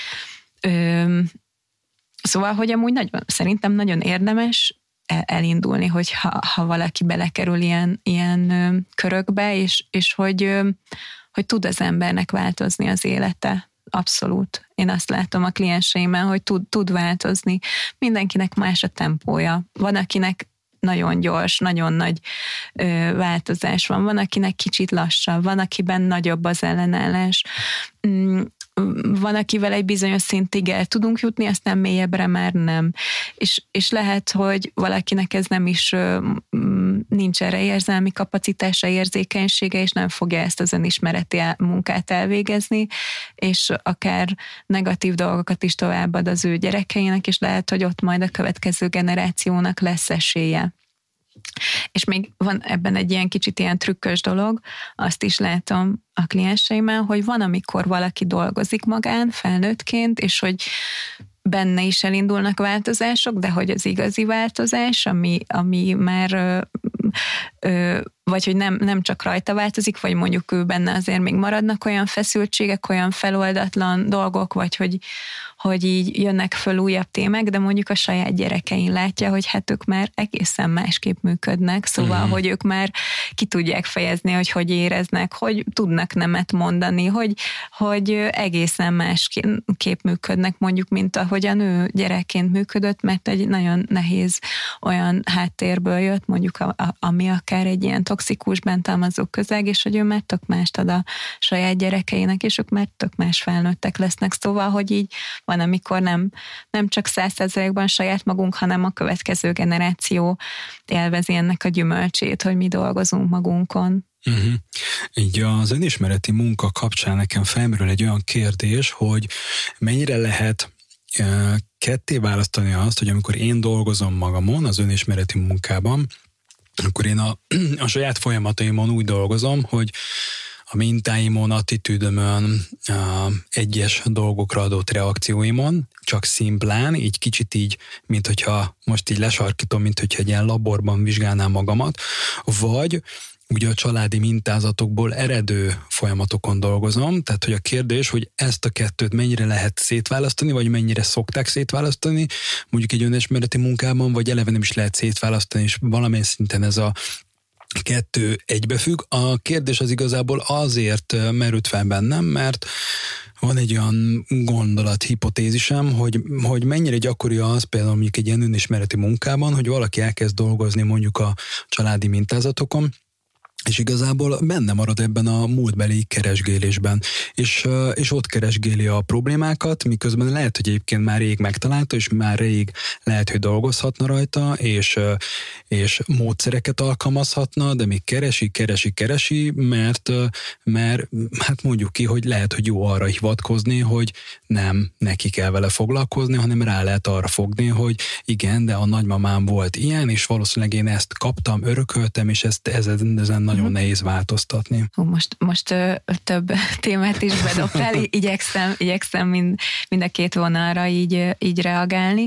szóval, hogy amúgy szerintem nagyon érdemes elindulni, hogy ha valaki belekerül ilyen körökbe, és hogy tud az embernek változni az élete. Abszolút. Én azt látom a klienseimmel, hogy tud változni. Mindenkinek más a tempója. Van, akinek nagyon gyors, nagyon nagy változás van akinek kicsit lassabb, van, akiben nagyobb az ellenállás, van, akivel egy bizonyos szintig el tudunk jutni, aztán mélyebbre már nem. És lehet, hogy valakinek ez nem is nincs erre érzelmi kapacitása, érzékenysége, és nem fogja ezt az önismereti munkát elvégezni, és akár negatív dolgokat is továbbad az ő gyerekeinek, és lehet, hogy ott majd a következő generációnak lesz esélye. És még van ebben egy ilyen kicsit ilyen trükkös dolog, azt is látom a klienseimmel, hogy van, amikor valaki dolgozik magán felnőttként, és hogy benne is elindulnak változások, de hogy az igazi változás, ami már vagy hogy nem csak rajta változik, vagy mondjuk ő benne azért még maradnak olyan feszültségek, olyan feloldatlan dolgok, vagy hogy így jönnek föl újabb témák, de mondjuk a saját gyerekein látja, hogy hát ők már egészen másképp működnek, szóval, hogy ők már ki tudják fejezni, hogy éreznek, hogy tudnak nemet mondani, hogy egészen másképp működnek, mondjuk, mint ahogyan ő gyerekként működött, mert egy nagyon nehéz olyan háttérből jött, mondjuk ami akár egy ilyen toxikus, bántalmazó közeg, és hogy ő már tök mást ad a saját gyerekeinek, és ők már tök más felnőttek lesznek. Szóval, hogy így van, amikor nem csak 100%-ban saját magunk, hanem a következő generáció élvezi ennek a gyümölcsét, hogy mi dolgozunk magunkon. Így az önismereti munka kapcsán nekem felmerül egy olyan kérdés, hogy mennyire lehet ketté választani azt, hogy amikor én dolgozom magamon az önismereti munkában, akkor én a saját folyamataimon úgy dolgozom, hogy a mintáimon, attitűdömön, egyes dolgokra adott reakcióimon, csak szimplán, így kicsit így, mint hogyha most így lesarkítom, mint hogyha egy ilyen laborban vizsgálnám magamat, vagy ugye a családi mintázatokból eredő folyamatokon dolgozom, tehát hogy a kérdés, hogy ezt a kettőt mennyire lehet szétválasztani, vagy mennyire szokták szétválasztani, mondjuk egy önismereti munkában, vagy eleve nem is lehet szétválasztani, és valamilyen szinten ez a kettő egybefügg. A kérdés az igazából azért merült fel bennem, mert van egy olyan gondolat, hipotézisem, hogy mennyire gyakori az például mondjuk egy ilyen önismereti munkában, hogy valaki elkezd dolgozni mondjuk a családi mintázatokon, és igazából benne marad ebben a múltbeli keresgélésben, és ott keresgéli a problémákat, miközben lehet, hogy egyébként már rég megtalálta, és már rég lehet, hogy dolgozhatna rajta, és módszereket alkalmazhatna, de még keresi, mert hát mondjuk ki, hogy lehet, hogy jó arra hivatkozni, hogy nem neki kell vele foglalkozni, hanem rá lehet arra fogni, hogy igen, de a nagymamám volt ilyen, és valószínűleg én ezt kaptam, örököltem, és ezen nagyon nehéz változtatni. Most több témát is bedobtál, igyekszem mind a két vonalra így reagálni.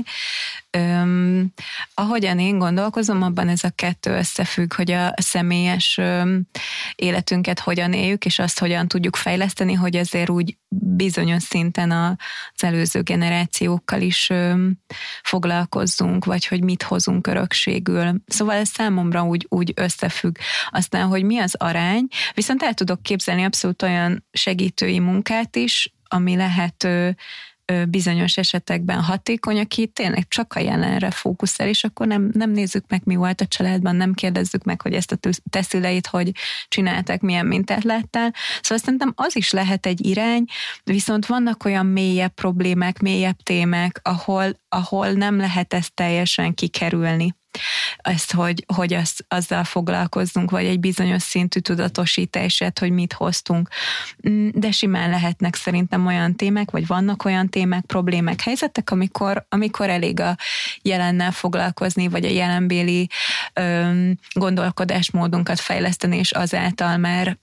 Ahogyan én gondolkozom, abban ez a kettő összefügg, hogy a személyes életünket hogyan éljük, és azt hogyan tudjuk fejleszteni, hogy ezért úgy bizonyos szinten az előző generációkkal is foglalkozzunk, vagy hogy mit hozunk örökségül. Szóval ez számomra úgy összefügg. Aztán, hogy mi az arány, viszont el tudok képzelni abszolút olyan segítői munkát is, ami lehet bizonyos esetekben hatékony, aki tényleg csak a jelenre fókuszál, és akkor nem nézzük meg, mi volt a családban, nem kérdezzük meg, hogy ezt a te szüleid hogy csinálták, milyen mintát láttál. Szóval szerintem az is lehet egy irány, viszont vannak olyan mélyebb problémák, mélyebb témák, ahol nem lehet ezt teljesen kikerülni. Ezt, hogy azzal foglalkozzunk, vagy egy bizonyos szintű tudatosítását, hogy mit hoztunk. De simán lehetnek szerintem olyan témák, vagy vannak olyan témák, problémák, helyzetek, amikor elég a jelennel foglalkozni, vagy a jelenbéli gondolkodásmódunkat fejleszteni, és azáltal már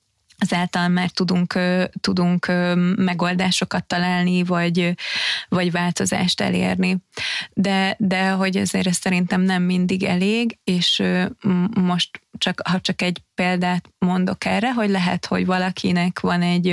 tudunk megoldásokat találni, vagy változást elérni. De hogy ezért ez szerintem nem mindig elég, és most ha csak egy példát mondok erre, hogy lehet, hogy valakinek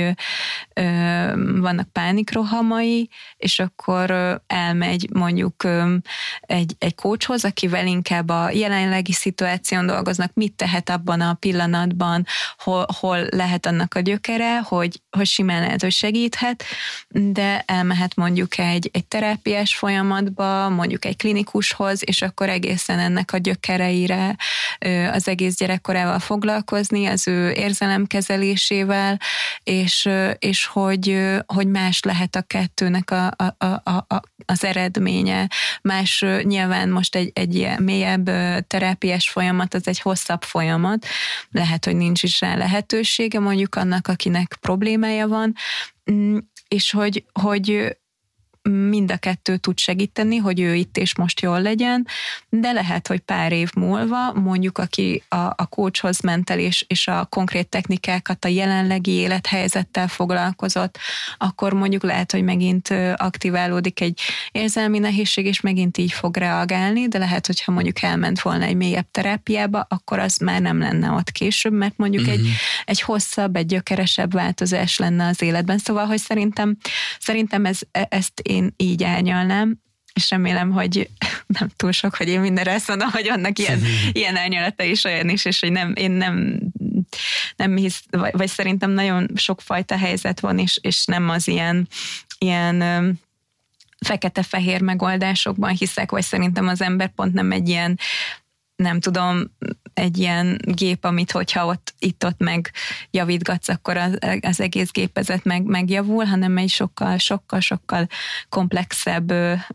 vannak pánikrohamai, és akkor elmegy mondjuk egy coachhoz, akivel inkább a jelenlegi szituáción dolgoznak, mit tehet abban a pillanatban, hol lehet annak a gyökere, hogy simán lehet, hogy segíthet, de elmehet mondjuk egy terápiás folyamatba, mondjuk egy klinikushoz, és akkor egészen ennek a gyökereire az egész gyerekkorával foglalkozni, az ő érzelemkezelésével, és hogy más lehet a kettőnek az eredménye. Más nyilván most egy ilyen mélyebb terápiás folyamat, az egy hosszabb folyamat, lehet, hogy nincs is rá lehetősége mondjuk annak, akinek problémája van, és hogy mind a kettő tud segíteni, hogy ő itt és most jól legyen, de lehet, hogy pár év múlva mondjuk aki a coachhoz ment el, és a konkrét technikákat, a jelenlegi élethelyzettel foglalkozott, akkor mondjuk lehet, hogy megint aktiválódik egy érzelmi nehézség, és megint így fog reagálni, de lehet, hogyha mondjuk elment volna egy mélyebb terápiába, akkor az már nem lenne ott később, mert mondjuk egy hosszabb, egy gyökeresebb változás lenne az életben. Szóval, hogy szerintem ezt én így árnyalnám, és remélem, hogy nem túl sok, hogy én mindenre azt mondom, hogy vannak ilyen árnyalata is, olyan is, és hogy én nem hisz, vagy szerintem nagyon sokfajta helyzet van, és nem az ilyen fekete-fehér megoldásokban hiszek, vagy szerintem az ember pont nem egy ilyen, nem tudom, egy ilyen gép, amit hogyha ott megjavítgatsz, akkor az egész gépezet megjavul, hanem egy sokkal komplexebb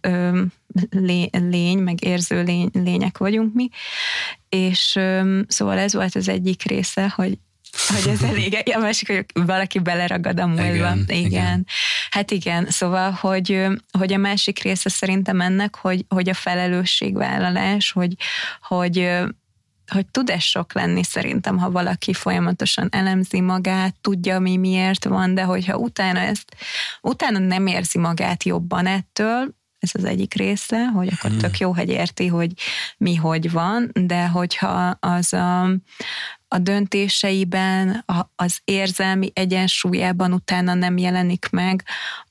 lény, meg érző lények vagyunk mi. És szóval ez volt az egyik része, hogy ez elég, a másik, hogy valaki beleragad a múlva. Igen. Hát igen, szóval, hogy a másik része szerintem ennek, hogy a felelősségvállalás, hogy tud ez sok lenni szerintem, ha valaki folyamatosan elemzi magát, tudja, mi miért van, de hogyha utána nem érzi magát jobban ettől, ez az egyik része, hogy akkor tök jó, hogy érti, hogy mi hogy van, de hogyha az a döntéseiben, az érzelmi egyensúlyában utána nem jelenik meg,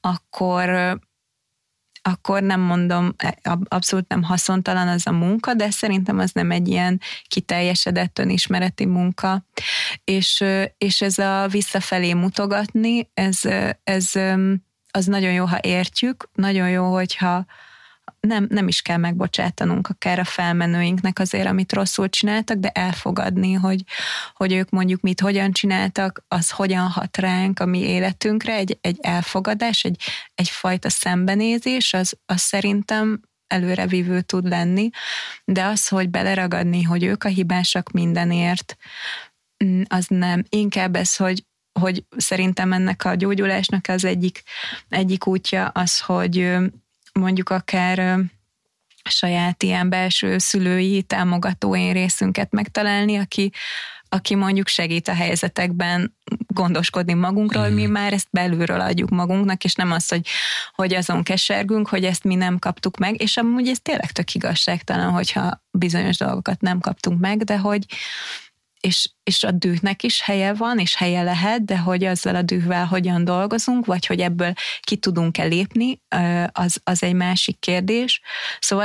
akkor nem mondom, abszolút nem haszontalan az a munka, de szerintem az nem egy ilyen kiteljesedett önismereti munka. És ez a visszafelé mutogatni, ez az nagyon jó, ha értjük, nagyon jó, hogyha nem is kell megbocsátanunk akár a felmenőinknek azért, amit rosszul csináltak, de elfogadni, hogy ők mondjuk hogyan csináltak, az hogyan hat ránk a mi életünkre, egy elfogadás, egyfajta szembenézés, az szerintem előrevívő tud lenni, de az, hogy beleragadni, hogy ők a hibásak mindenért, az nem. Inkább ez, hogy szerintem ennek a gyógyulásnak az egyik útja az, hogy mondjuk akár saját ilyen belső szülői, támogató én részünket megtalálni, aki mondjuk segít a helyzetekben gondoskodni magunkról, mi már ezt belülről adjuk magunknak, és nem az, hogy azon kesergünk, hogy ezt mi nem kaptuk meg, és amúgy ez tényleg tök igazságtalan, hogyha bizonyos dolgokat nem kaptunk meg, de hogy és a dühnek is helye van, és helye lehet, de hogy azzal a dühvel hogyan dolgozunk, vagy hogy ebből ki tudunk-e lépni, az egy másik kérdés. Szóval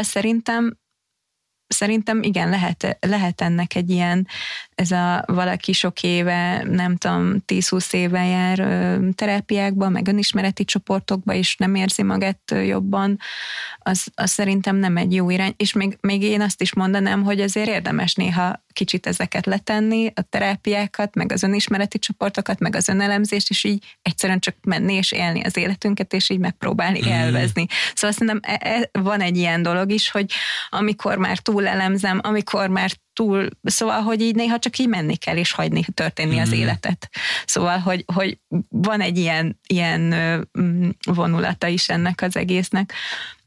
szerintem igen, lehet ennek egy ilyen, ez a valaki sok éve, nem tudom, 10-20 éve jár terápiákba, meg önismereti csoportokba, és nem érzi magát jobban, az szerintem nem egy jó irány. És még én azt is mondanám, hogy azért érdemes néha kicsit ezeket letenni, a terápiákat, meg az önismereti csoportokat, meg az önelemzést, és így egyszerűen csak menni és élni az életünket, és így megpróbálni élvezni. Szóval szerintem van egy ilyen dolog is, hogy amikor már túl elemzem, amikor már szóval, hogy így néha csak így menni kell, és hagyni történni az életet. Szóval, hogy van egy ilyen vonulata is ennek az egésznek.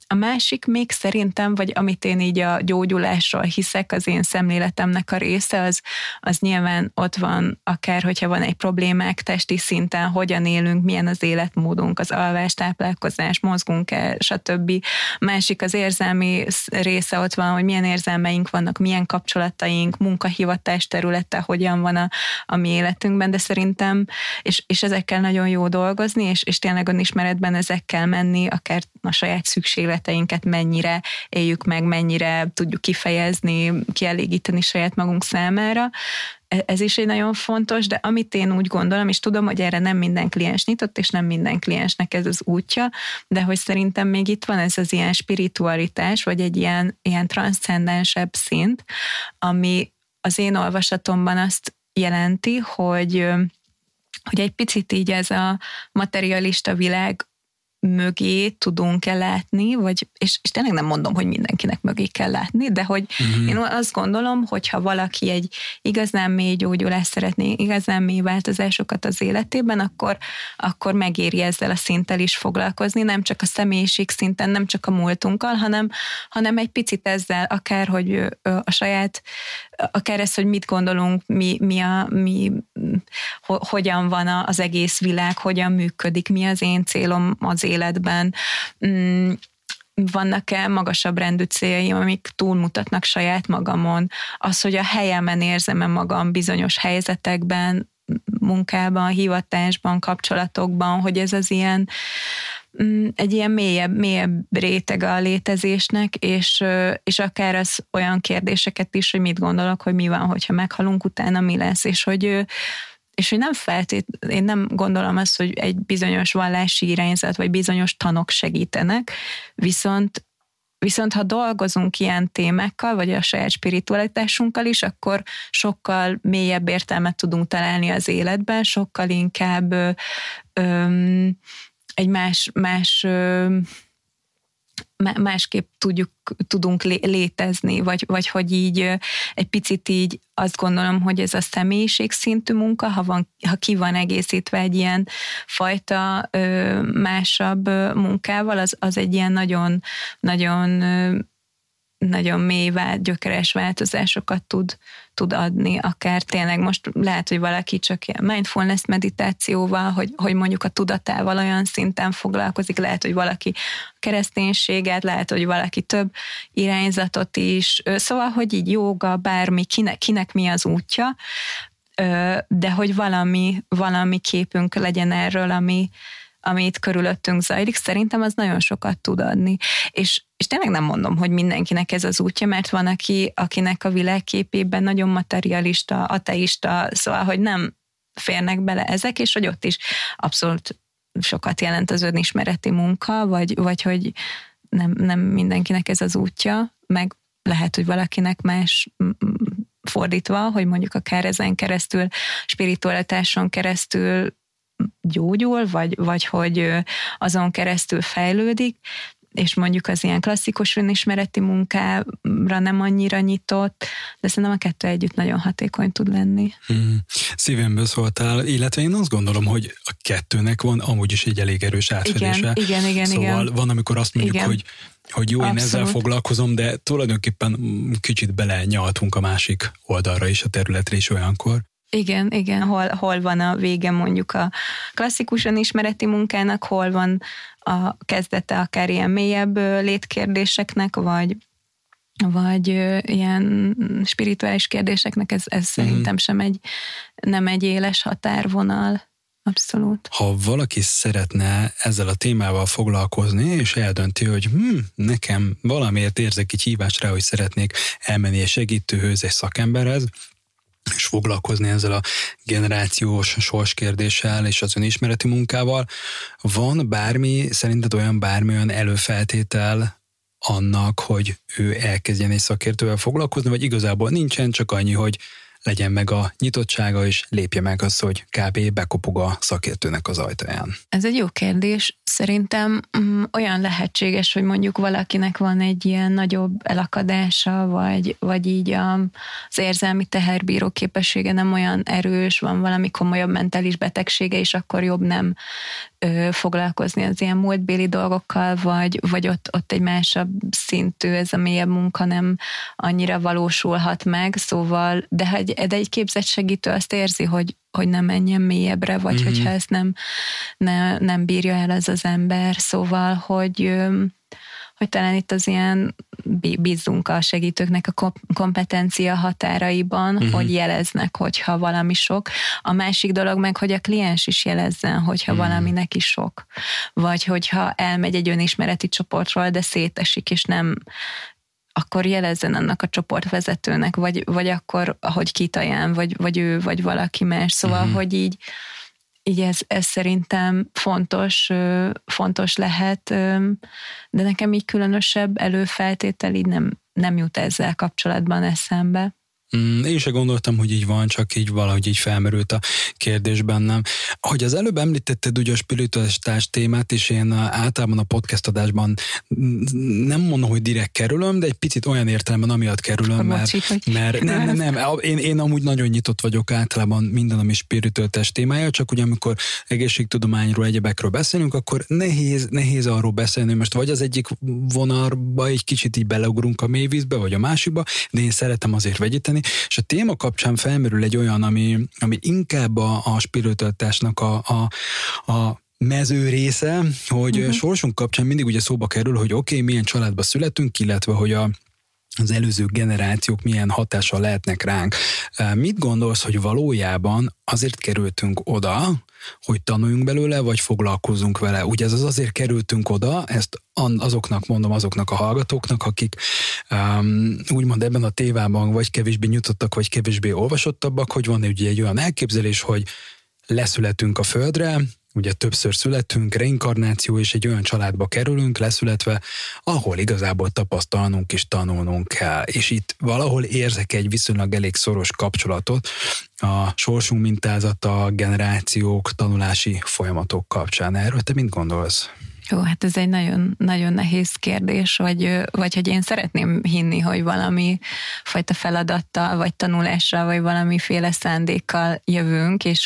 A másik még szerintem, vagy amit én így a gyógyulásról hiszek, az én szemléletemnek a része, az nyilván ott van, akár hogyha van egy problémák testi szinten, hogyan élünk, milyen az életmódunk, az alvás, táplálkozás, mozgunk-e, stb. Másik az érzelmi része ott van, hogy milyen érzelmeink vannak, milyen kapcsolataink, munkahivatás területe, hogyan van a mi életünkben, de szerintem, és ezekkel nagyon jó dolgozni, és tényleg önismeretben ezekkel menni, akár a saját szükségleteinket mennyire éljük meg, mennyire tudjuk kifejezni, kielégíteni saját magunk számára. Ez is egy nagyon fontos, de amit én úgy gondolom, és tudom, hogy erre nem minden kliens nyitott, és nem minden kliensnek ez az útja, de hogy szerintem még itt van ez az ilyen spiritualitás, vagy egy ilyen transzcendensebb szint, ami az én olvasatomban azt jelenti, hogy egy picit így ez a materialista világ mögé tudunk-e látni, és tényleg nem mondom, hogy mindenkinek mögé kell látni, de hogy én azt gondolom, hogyha valaki egy igazán mély gyógyulást szeretné, igazán mély változásokat az életében, akkor megéri ezzel a szinttel is foglalkozni, nem csak a személyiség szinten, nem csak a múltunkkal, hanem egy picit ezzel, akár, hogy a saját, akár ez, hogy mit gondolunk, hogyan van az egész világ, hogyan működik, mi az én célom az életben, vannak-e magasabb rendű céljaim, amik túlmutatnak saját magamon, az, hogy a helyemen érzem-e magam bizonyos helyzetekben, munkában, hivatásban, kapcsolatokban, hogy ez az ilyen egy ilyen mélyebb réteg a létezésnek, és akár az olyan kérdéseket is, hogy mit gondolok, hogy mi van, hogyha meghalunk, utána mi lesz, és hogy nem én nem gondolom azt, hogy egy bizonyos vallási irányzat, vagy bizonyos tanok segítenek, viszont ha dolgozunk ilyen témákkal, vagy a saját spiritualitásunkkal is, akkor sokkal mélyebb értelmet tudunk találni az életben, sokkal inkább egy másképp tudunk létezni, vagy hogy így egy picit így azt gondolom, hogy ez a személyiség szintű munka, ha ki van egészítve egy ilyen fajta másabb munkával, az egy ilyen nagyon, nagyon nagyon mély, gyökeres változásokat tud adni, akár tényleg most lehet, hogy valaki csak ilyen mindfulness meditációval, hogy mondjuk a tudatával olyan szinten foglalkozik, lehet, hogy valaki kereszténységet, lehet, hogy valaki több irányzatot is, szóval, hogy így jóga, bármi, kinek mi az útja, de hogy valami képünk legyen erről, ami itt körülöttünk zajlik, szerintem az nagyon sokat tud adni. És tényleg nem mondom, hogy mindenkinek ez az útja, mert van akinek a világképében nagyon materialista, ateista, szóval, hogy nem férnek bele ezek, és hogy ott is abszolút sokat jelent az önismereti munka, vagy hogy nem mindenkinek ez az útja, meg lehet, hogy valakinek más fordítva, hogy mondjuk akár ezen keresztül, spiritualitáson keresztül gyógyul, vagy hogy azon keresztül fejlődik, és mondjuk az ilyen klasszikus önismereti munkára nem annyira nyitott, de szerintem a kettő együtt nagyon hatékony tud lenni. Szívemből szóltál, illetve én azt gondolom, hogy a kettőnek van amúgy is egy elég erős átfedése. Igen. Szóval van, amikor azt mondjuk, hogy jó, én ezzel foglalkozom, de tulajdonképpen kicsit belenyaltunk a másik oldalra is, a területre is olyankor. Igen, hol van a vége mondjuk a klasszikus önismereti munkának, hol van a kezdete akár ilyen mélyebb létkérdéseknek, vagy ilyen spirituális kérdéseknek, ez szerintem nem egy éles határvonal. Abszolút. Ha valaki szeretne ezzel a témával foglalkozni, és eldönti, hogy nekem valamiért érzek egy hívást rá, hogy szeretnék elmenni egy segítőhöz, egy szakemberhez, és foglalkozni ezzel a generációs sorskérdéssel és az önismereti munkával. Van szerinted bármilyen előfeltétel annak, hogy ő elkezdjen egy szakértővel foglalkozni, vagy igazából nincsen, csak annyi, hogy legyen meg a nyitottsága, és lépje meg azt, hogy kb. Bekopog a szakértőnek az ajtaján? Ez egy jó kérdés. Szerintem olyan lehetséges, hogy mondjuk valakinek van egy ilyen nagyobb elakadása, vagy így az érzelmi teherbíró képessége nem olyan erős, van valami komolyabb mentális betegsége, és akkor jobb nem foglalkozni az ilyen múltbéli dolgokkal, vagy ott egy másabb szintű, ez a mélyebb munka nem annyira valósulhat meg, szóval, de egy képzett segítő azt érzi, hogy nem menjen mélyebbre, vagy hogyha ezt nem bírja el ez az ember, szóval, hogy talán itt az ilyen bízzunk a segítőknek a kompetencia határaiban, hogy jeleznek, hogyha valami sok. A másik dolog meg, hogy a kliens is jelezzen, hogyha valami neki sok. Vagy hogyha elmegy egy önismereti csoportról, de szétesik, és nem, akkor jelezzen annak a csoportvezetőnek, vagy akkor, hogy kit ajánl, vagy ő, vagy valaki más. Szóval, hogy így ez szerintem fontos lehet, de nekem így különösebb előfeltétel így nem jut ezzel kapcsolatban eszembe. Én se gondoltam, hogy így van, csak így valahogy így felmerült a kérdés bennem. Hogy az előbb említetted ugye a spiritualitás témát, és én általában a podcast adásban nem mondom, hogy direkt kerülöm, de egy picit olyan értelemben amiatt kerülöm, mert nem, én amúgy nagyon nyitott vagyok általában minden, ami spiritualitás témája, csak ugye amikor egészségtudományról, egyebekről beszélünk, akkor nehéz arról beszélni, most vagy az egyik vonalba egy kicsit így beleugrunk a mélyvízbe, vagy a másikba, de én szeretem azért vegyíteni, és a téma kapcsán felmerül egy olyan, ami inkább a spiritualitásnak a mező része, hogy sorsunk kapcsán mindig ugye szóba kerül, hogy oké, milyen családba születünk, illetve hogy az előző generációk milyen hatással lehetnek ránk. Mit gondolsz, hogy valójában azért kerültünk oda, hogy tanuljunk belőle, vagy foglalkozzunk vele? Ugye ez azért kerültünk oda, ezt azoknak a hallgatóknak, akik úgymond ebben a tévában vagy kevésbé nyitottak, vagy kevésbé olvasottabbak, hogy van ugye egy olyan elképzelés, hogy leszületünk a földre, ugye többször születünk, reinkarnáció, és egy olyan családba kerülünk, leszületve, ahol igazából tapasztalnunk és tanulnunk kell. És itt valahol érzek egy viszonylag elég szoros kapcsolatot a sorsunk mintázata, generációk, tanulási folyamatok kapcsán. Erről te mit gondolsz? Jó, hát ez egy nagyon, nagyon nehéz kérdés, vagy hogy én szeretném hinni, hogy valami fajta feladattal, vagy tanulással, vagy valamiféle szándékkal jövünk, és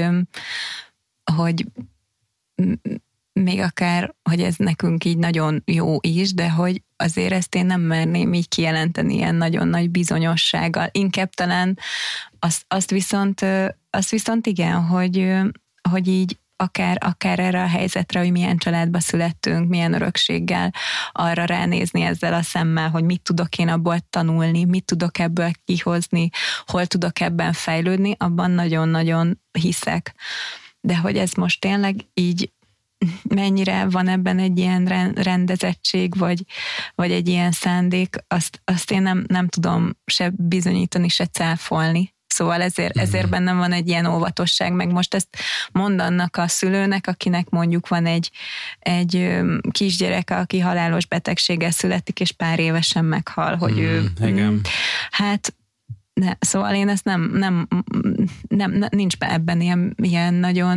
hogy még akár, hogy ez nekünk így nagyon jó is, de hogy azért ezt én nem merném így kijelenteni ilyen nagyon nagy bizonyossággal. Inkább talán azt viszont igen, hogy így akár erre a helyzetre, hogy milyen családba születtünk, milyen örökséggel, arra ránézni ezzel a szemmel, hogy mit tudok én abból tanulni, mit tudok ebből kihozni, hol tudok ebben fejlődni, abban nagyon-nagyon hiszek. De hogy ez most tényleg így mennyire van ebben egy ilyen rendezettség, vagy egy ilyen szándék, azt én nem tudom se bizonyítani, se cáfolni. Szóval ezért bennem van egy ilyen óvatosság, meg most ezt mondanak a szülőnek, akinek mondjuk van egy kisgyereke, aki halálos betegséggel születik, és pár évesen meghal, hogy ő... Igen. Hát szóval én ezt nem nincs be ebben ilyen nagyon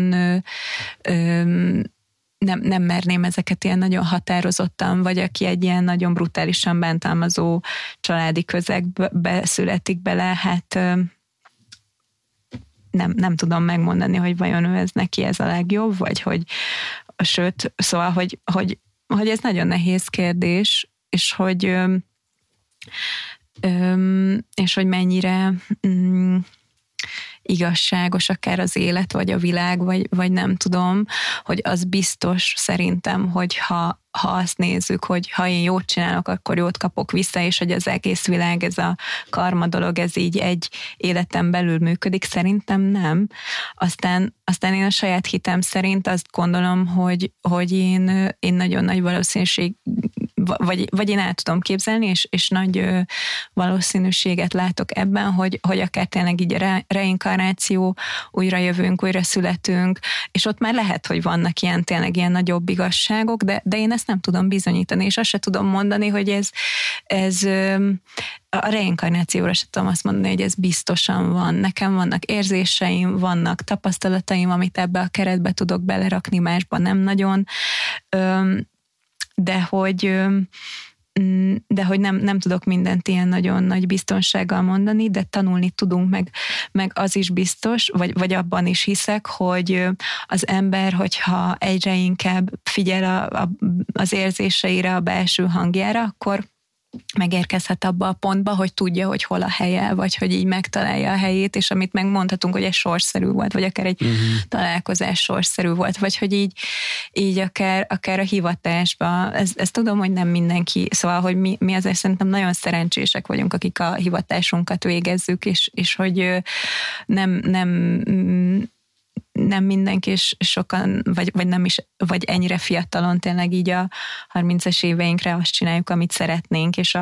nem merném ezeket ilyen nagyon határozottan, vagy aki egy ilyen nagyon brutálisan bántalmazó családi közegbe születik bele, hát nem tudom megmondani, hogy vajon ez neki ez a legjobb, vagy hogy sőt, szóval, hogy ez nagyon nehéz kérdés, és hogy mennyire igazságos akár az élet, vagy a világ, vagy nem tudom, hogy az biztos szerintem, hogy ha azt nézzük, hogy ha én jót csinálok, akkor jót kapok vissza, és hogy az egész világ, ez a karma dolog, ez így egy életen belül működik, szerintem nem. Aztán én a saját hitem szerint azt gondolom, hogy én nagyon nagy valószínűség, vagy én el tudom képzelni, és nagy valószínűséget látok ebben, hogy akár tényleg így a reinkarnáció, újra jövünk, újra születünk, és ott már lehet, hogy vannak tényleg ilyen nagyobb igazságok, de én ezt nem tudom bizonyítani, és azt se tudom mondani, hogy ez a reinkarnációra se tudom azt mondani, hogy ez biztosan van. Nekem vannak érzéseim, vannak tapasztalataim, amit ebbe a keretbe tudok belerakni, másban nem nagyon, de hogy de hogy nem tudok mindent ilyen nagyon nagy biztonsággal mondani, de tanulni tudunk, meg az is biztos, vagy abban is hiszek, hogy az ember, hogyha egyre inkább figyel az érzéseire, a belső hangjára, akkor megérkezhet abba a pontba, hogy tudja, hogy hol a helye, vagy hogy így megtalálja a helyét, és amit megmondhatunk, hogy egy sorszerű volt, vagy akár egy találkozás sorszerű volt, vagy hogy így akár a hivatásba, ezt tudom, hogy nem mindenki, szóval, hogy mi azért szerintem nagyon szerencsések vagyunk, akik a hivatásunkat végezzük, és hogy nem mindenki, és sokan, vagy nem is, vagy ennyire fiatalon tényleg így a 30-es éveinkre azt csináljuk, amit szeretnénk, és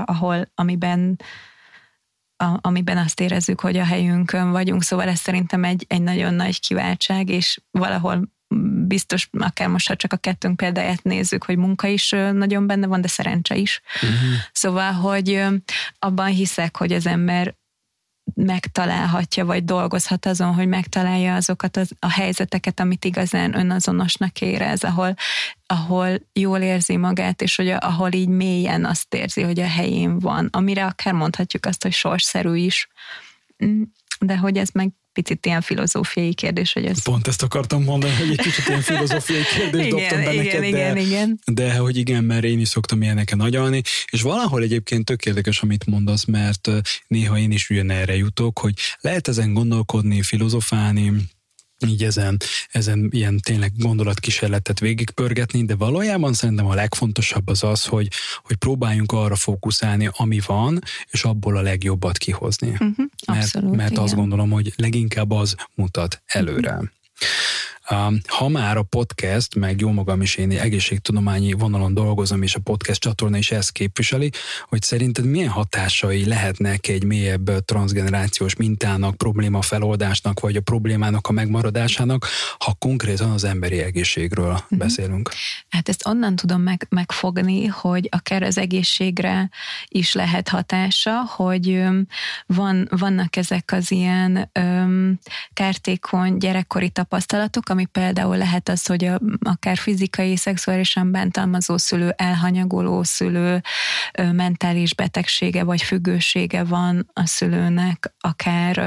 amiben azt érezzük, hogy a helyünkön vagyunk. Szóval ez szerintem egy nagyon nagy kiváltság, és valahol biztos, akár most, ha csak a kettőnk példáját nézzük, hogy munka is nagyon benne van, de szerencse is. Szóval, hogy abban hiszek, hogy az ember megtalálhatja, vagy dolgozhat azon, hogy megtalálja azokat a helyzeteket, amit igazán önazonosnak érez, ahol jól érzi magát, és hogy ahol így mélyen azt érzi, hogy a helyén van, amire akár mondhatjuk azt, hogy sorszerű is. De hogy ez meg picit ilyen filozófiai kérdés, hogy ez... Pont ezt akartam mondani, hogy egy kicsit ilyen filozófiai kérdést dobtam be neked, igen. De hogy igen, mert én is szoktam ilyeneken agyalni, és valahol egyébként tök érdekes, amit mondasz, mert néha én is ugyanerre jutok, hogy lehet ezen gondolkodni, filozofálni, így ezen ilyen tényleg gondolatkísérletet végigpörgetni, de valójában szerintem a legfontosabb az, hogy próbáljunk arra fókuszálni, ami van, és abból a legjobbat kihozni. Abszolút, mert azt gondolom, hogy leginkább az mutat előre. Ha már a podcast, meg jó magam is én egészségtudományi vonalon dolgozom, és a podcast csatorna is ezt képviseli, hogy szerinted milyen hatásai lehetnek egy mélyebb transzgenerációs mintának, probléma feloldásnak, vagy a problémának a megmaradásának, ha konkrétan az emberi egészségről beszélünk? Hát ezt onnan tudom megfogni, hogy akár az egészségre is lehet hatása, hogy vannak ezek az ilyen kártékony gyerekkori tapasztalatok, ami például lehet az, hogy akár fizikai, szexuálisan bántalmazó szülő, elhanyagoló szülő, mentális betegsége vagy függősége van a szülőnek, akár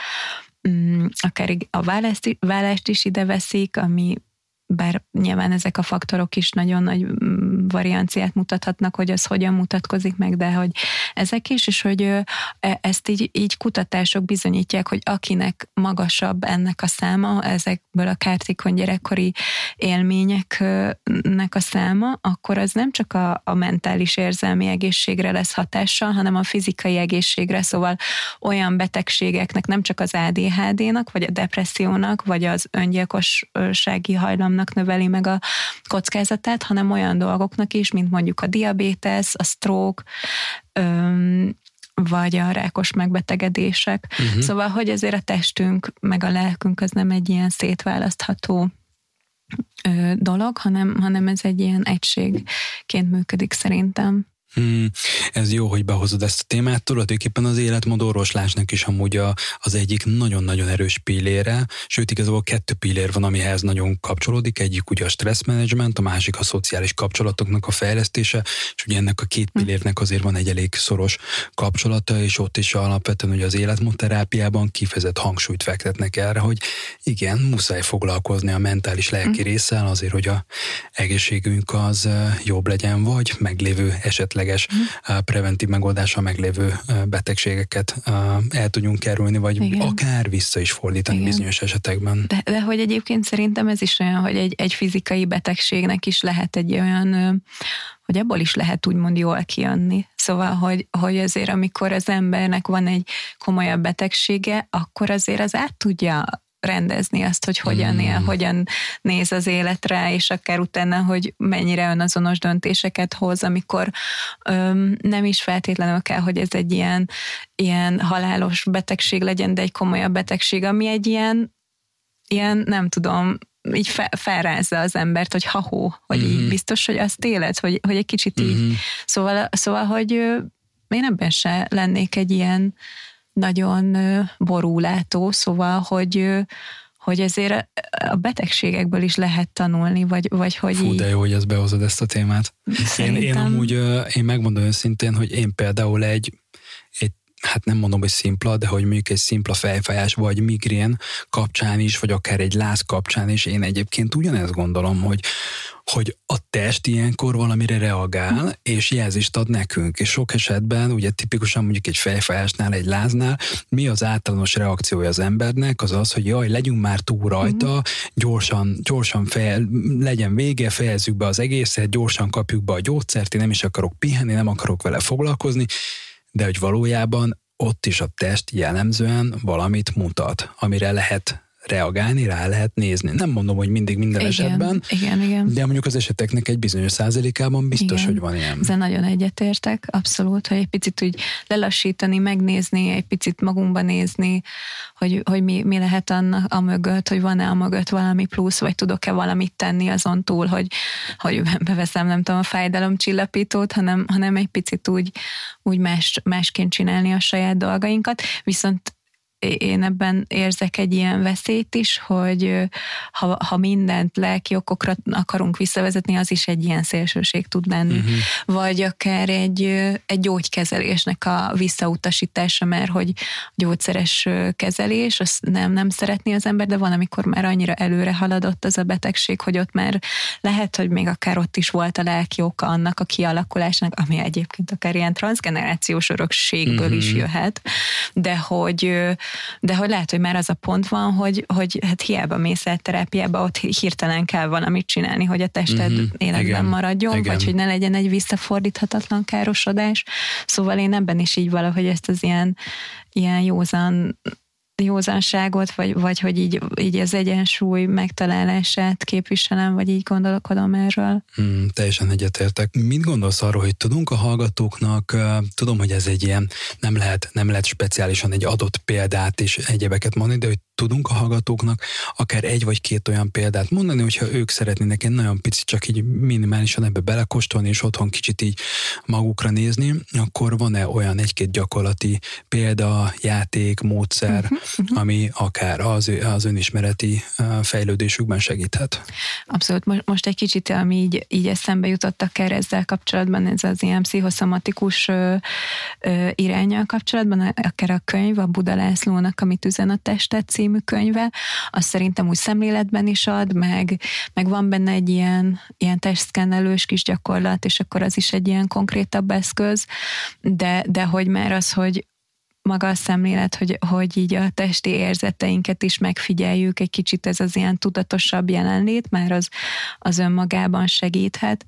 a vállást is ide veszik, ami bár nyilván ezek a faktorok is nagyon nagy varianciát mutathatnak, hogy az hogyan mutatkozik meg, de hogy ezek is, és hogy ezt így kutatások bizonyítják, hogy akinek magasabb ennek a száma, ezekből a kártékony gyerekkori élményeknek a száma, akkor az nem csak a mentális érzelmi egészségre lesz hatással, hanem a fizikai egészségre, szóval olyan betegségeknek, nem csak az ADHD-nak, vagy a depressziónak, vagy az öngyilkossági hajlamnak növeli meg a kockázatát, hanem olyan dolgoknak is, mint mondjuk a diabétesz, a stroke, vagy a rákos megbetegedések. Szóval, hogy azért a testünk, meg a lelkünk az nem egy ilyen szétválasztható dolog, hanem ez egy ilyen egységként működik szerintem. Ez jó, hogy behozod ezt a témát. Tulajdonképpen az életmódorvoslásnak is amúgy az egyik nagyon-nagyon erős pillére, sőt igazából 2 pillér van, amihez nagyon kapcsolódik. Egyik ugye a stresszmenedzsment, a másik a szociális kapcsolatoknak a fejlesztése, és ugye ennek a 2 pillérnek azért van egy elég szoros kapcsolata, és ott is alapvetően ugye az életmódterápiában kifejezett hangsúlyt fektetnek erre, hogy igen, muszáj foglalkozni a mentális lelki résszel azért, hogy a egészségünk az jobb legyen, vagy meglévő esetleg preventív megoldással meglévő betegségeket el tudjunk kerülni, vagy akár vissza is fordítani bizonyos esetekben. De hogy egyébként szerintem ez is olyan, hogy egy fizikai betegségnek is lehet egy olyan, hogy abból is lehet úgymond jól kijönni. Szóval, hogy azért amikor az embernek van egy komolyabb betegsége, akkor azért az át tudja rendezni azt, hogy hogyan él, hogyan néz az életre, és akár utána, hogy mennyire önazonos döntéseket hoz, amikor nem is feltétlenül kell, hogy ez egy ilyen halálos betegség legyen, de egy komolyabb betegség, ami egy ilyen nem tudom, így felrázza az embert, hogy hogy így biztos, hogy azt éled, hogy egy kicsit így. Szóval, hogy én ebben se lennék egy ilyen nagyon borúlátó, szóval, hogy ezért a betegségekből is lehet tanulni, vagy hogy Fú, de jó, hogy ezt behozod ezt a témát. Én amúgy, én megmondom őszintén, hogy én például egy hát nem mondom, hogy szimpla, de hogy mondjuk egy szimpla fejfájás, vagy migrén kapcsán is, vagy akár egy láz kapcsán is, én egyébként ugyanezt gondolom, hogy a test ilyenkor valamire reagál, és jelzést ad nekünk, és sok esetben, ugye tipikusan mondjuk egy fejfájásnál, egy láznál, mi az általános reakciója az embernek, az az, hogy jaj, legyünk már túl rajta, gyorsan legyen vége, fejezzük be az egészet, gyorsan kapjuk be a gyógyszert, én nem is akarok pihenni, nem akarok vele foglalkozni, de hogy valójában ott is a test jellemzően valamit mutat, amire lehet reagálni, rá lehet nézni. Nem mondom, hogy mindig minden esetben, igen. de mondjuk az eseteknek egy bizonyos százalékában biztos, hogy van ilyen. Ezzel nagyon egyetértek, abszolút, hogy egy picit úgy lelassítani, megnézni, egy picit magunkba nézni, hogy mi lehet a mögött, hogy van-e a mögött valami plusz, vagy tudok-e valamit tenni azon túl, hogy beveszem, nem tudom, a fájdalomcsillapítót, hanem egy picit úgy másként csinálni a saját dolgainkat, viszont én ebben érzek egy ilyen veszélyt is, hogy ha mindent lelki okokra akarunk visszavezetni, az is egy ilyen szélsőség tud lenni. Vagy akár egy gyógykezelésnek a visszautasítása, mert hogy gyógyszeres kezelés, azt nem szeretné az ember, de van, amikor már annyira előre haladott az a betegség, hogy ott már lehet, hogy még akár ott is volt a lelki oka annak a kialakulásnak, ami egyébként akár ilyen transzgenerációs örökségből is jöhet, de hogy lehet, hogy már az a pont van, hogy hát hiába mész el terápiába, ott hirtelen kell valamit csinálni, hogy a tested életben maradjon, vagy hogy ne legyen egy visszafordíthatatlan károsodás. Szóval én ebben is így valahogy ezt az ilyen józanságot, vagy hogy így az egyensúly megtalálását képviselem, vagy így gondolkodom erről. Teljesen egyetértek. Mit gondolsz arról, hogy tudunk a hallgatóknak, tudom, hogy ez egy ilyen, nem lehet speciálisan egy adott példát és egyebeket mondani, de hogy tudunk a hallgatóknak akár egy vagy két olyan példát mondani, hogyha ők szeretnének egy nagyon picit csak így minimálisan ebbe belekóstolni, és otthon kicsit így magukra nézni, akkor van-e olyan egy-két gyakorlati példa, játék, módszer, ami akár az önismereti fejlődésükben segíthet? Abszolút. Most egy kicsit, ami így eszembe jutott akár ezzel kapcsolatban, ez az ilyen pszichoszomatikus iránnyal kapcsolatban, akár a könyv, a Buda Lászlónak, Amit üzen a tested című könyve, azt szerintem úgy szemléletben is ad, meg van benne egy ilyen testszkennelős kis gyakorlat, és akkor az is egy ilyen konkrétabb eszköz, de hogy már az, hogy maga a szemlélet, hogy így a testi érzeteinket is megfigyeljük, egy kicsit ez az ilyen tudatosabb jelenlét, már az önmagában segíthet.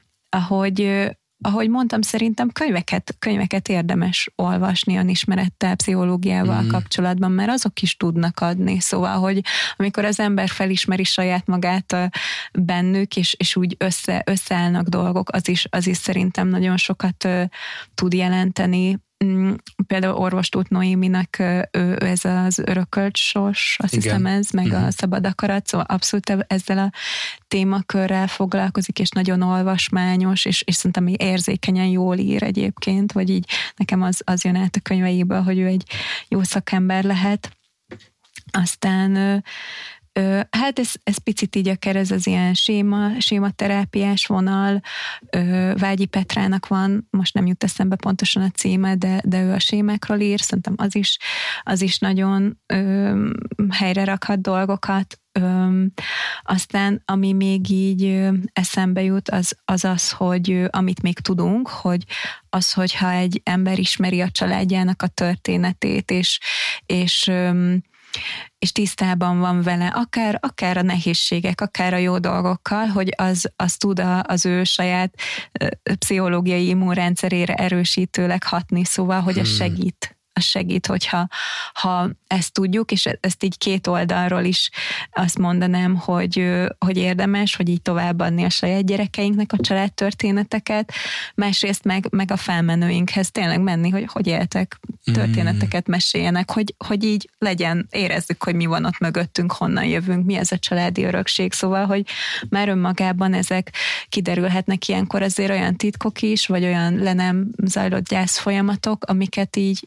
Ahogy mondtam, szerintem könyveket érdemes olvasni önismerettel, pszichológiával kapcsolatban, mert azok is tudnak adni. Szóval, hogy amikor az ember felismeri saját magát bennük, és úgy összeállnak dolgok, az is szerintem nagyon sokat tud jelenteni. Például Orvostóth Noéminek ez az örökölt sors, azt hiszem ez, meg a szabad akarat, szóval abszolút ezzel a témakörrel foglalkozik, és nagyon olvasmányos, és szerintem érzékenyen jól ír egyébként, vagy így nekem az jön át a könyveiből, hogy ő egy jó szakember lehet. Aztán hát ez picit így akár ez az ilyen sématerápiás vonal, Vágyi Petrának van, most nem jut eszembe pontosan a címe, de ő a sémákról ír, szerintem az is nagyon helyre rakhat dolgokat. Aztán ami még így eszembe jut, az, hogy amit még tudunk, hogyha egy ember ismeri a családjának a történetét, és tisztában van vele, akár a nehézségek, akár a jó dolgokkal, hogy az tud az ő saját pszichológiai immunrendszerére erősítőleg hatni, szóval, hogy az segít, hogyha ezt tudjuk, és ezt így két oldalról is azt mondanám, hogy érdemes, hogy így továbbadni a saját gyerekeinknek a családtörténeteket, másrészt meg a felmenőinkhez tényleg menni, hogy éltek, történeteket meséljenek, hogy így legyen, érezzük, hogy mi van ott mögöttünk, honnan jövünk, mi ez a családi örökség, szóval, hogy már önmagában ezek kiderülhetnek ilyenkor azért olyan titkok is, vagy olyan le nem zajlott gyász folyamatok, amiket így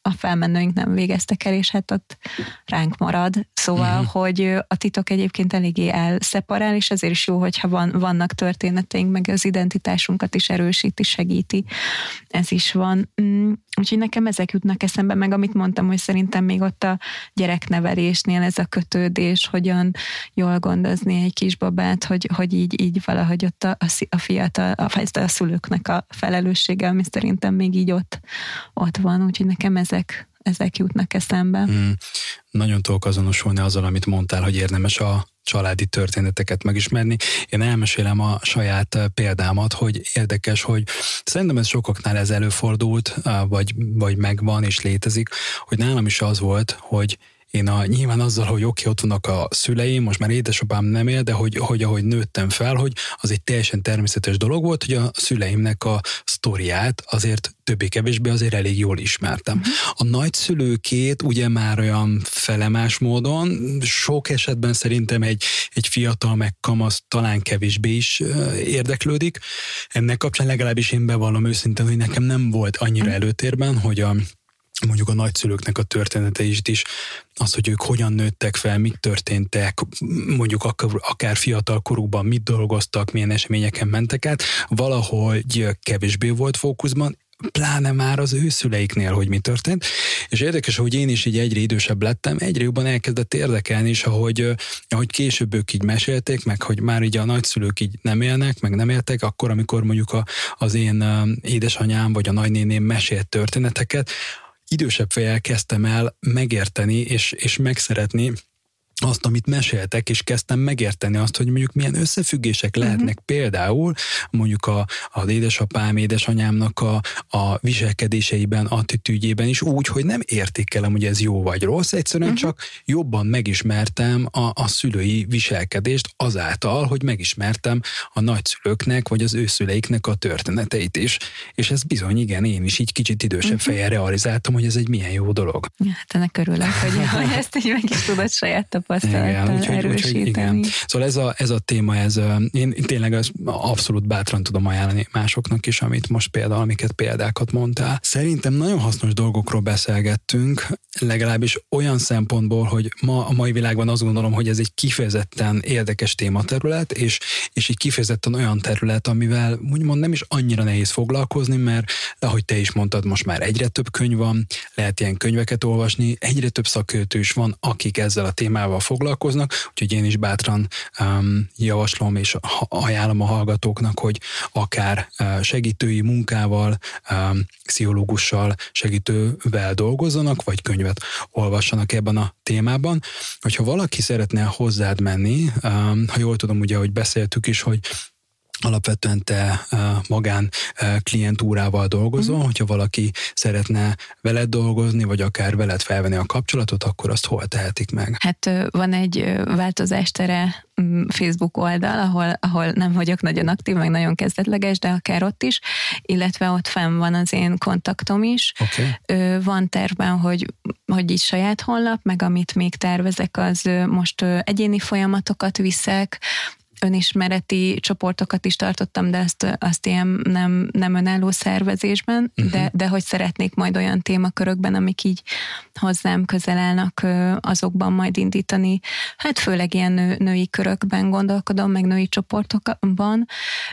a felmenőink nem végeztek el, és hát ott ránk marad. Szóval, hogy a titok egyébként eléggé elszeparál, és ezért is jó, hogyha vannak történeteink, meg az identitásunkat is erősíti, segíti. Ez is van. Úgyhogy nekem ezek jutnak eszembe, meg amit mondtam, hogy szerintem még ott a gyereknevelésnél ez a kötődés, hogyan jól gondozni egy kisbabát, hogy így valahogy ott a fiatal, a szülőknek a felelőssége, ami szerintem még így ott van, úgyhogy nekem ezek jutnak eszembe. Nagyon tudok azonosulni azzal, amit mondtál, hogy érdemes a családi történeteket megismerni. Én elmesélem a saját példámat, hogy érdekes, hogy szerintem ez sokaknál ez előfordult, vagy megvan és létezik, hogy nálam is az volt, hogy én nyilván azzal, hogy oké, ott vannak a szüleim, most már édesapám nem él, de hogy ahogy nőttem fel, hogy az egy teljesen természetes dolog volt, hogy a szüleimnek a sztoriát azért többé-kevésbé azért elég jól ismertem. A nagyszülőkét ugye már olyan felemás módon, sok esetben szerintem egy fiatal meg kamasz talán kevésbé is érdeklődik. Ennek kapcsán legalábbis én bevallom őszintén, hogy nekem nem volt annyira előtérben, hogy mondjuk a nagyszülőknek a története is, az, hogy ők hogyan nőttek fel, mik történtek, mondjuk akár fiatal korukban mit dolgoztak, milyen eseményeken mentek át, valahogy kevésbé volt fókuszban, pláne már az ő szüleiknél, hogy mi történt. És érdekes, hogy én is így egyre idősebb lettem, egyre jobban elkezdett érdekelni is, ahogy később ők így mesélték, meg hogy már így a nagyszülők így nem élnek, meg nem éltek, akkor, amikor mondjuk az én édesanyám vagy a nagynéném mesélt történeteket, idősebb fejjel kezdtem el megérteni és megszeretni azt, amit meséltek, és kezdtem megérteni azt, hogy mondjuk milyen összefüggések lehetnek például mondjuk az édesapám, édesanyámnak a viselkedéseiben, attitűdjében is úgy, hogy nem értékelem, hogy ez jó vagy rossz, egyszerűen csak jobban megismertem a szülői viselkedést azáltal, hogy megismertem a nagyszülőknek, vagy az ő szüleiknek a történeteit is. És ez bizony, igen, én is így kicsit idősebb fejjel realizáltam, hogy ez egy milyen jó dolog. Hát ennek örülök, hogy ezt így meg is tudod saját tapasztalattal erősíteni. Igen. Szóval ez a téma, én tényleg abszolút bátran tudom ajánlani másoknak is, amiket példákat mondtál. Szerintem nagyon hasznos dolgokról beszélgettünk, legalábbis olyan szempontból, hogy a mai világban azt gondolom, hogy ez egy kifejezetten érdekes tématerület, és egy kifejezetten olyan terület, amivel úgymond nem is annyira nehéz foglalkozni, mert ahogy te is mondtad, most már egyre több könyv van, lehet ilyen könyveket olvasni, egyre több szakértő is van, akik ezzel a témával foglalkoznak, úgyhogy én is bátran javaslom és ajánlom a hallgatóknak, hogy akár segítői munkával, pszichológussal, segítővel dolgozzanak, vagy könyvet olvassanak ebben a témában. Hogyha valaki szeretne hozzád menni, ha jól tudom, ugye, ahogy beszéltük is, hogy alapvetően te magán klientúrával dolgozol, hogyha valaki szeretne veled dolgozni, vagy akár veled felvenni a kapcsolatot, akkor azt hol tehetik meg? Hát van egy Változástere Facebook oldal, ahol nem vagyok nagyon aktív, meg nagyon kezdetleges, de akár ott is, illetve ott fenn van az én kontaktom is. Okay. Van tervben, hogy így saját honlap, meg amit még tervezek, az most egyéni folyamatokat viszek, önismereti csoportokat is tartottam, de azt ilyen nem önálló szervezésben, de hogy szeretnék majd olyan témakörökben, amik így hozzám közel állnak, azokban majd indítani. Hát főleg ilyen női körökben gondolkodom, meg női csoportokban,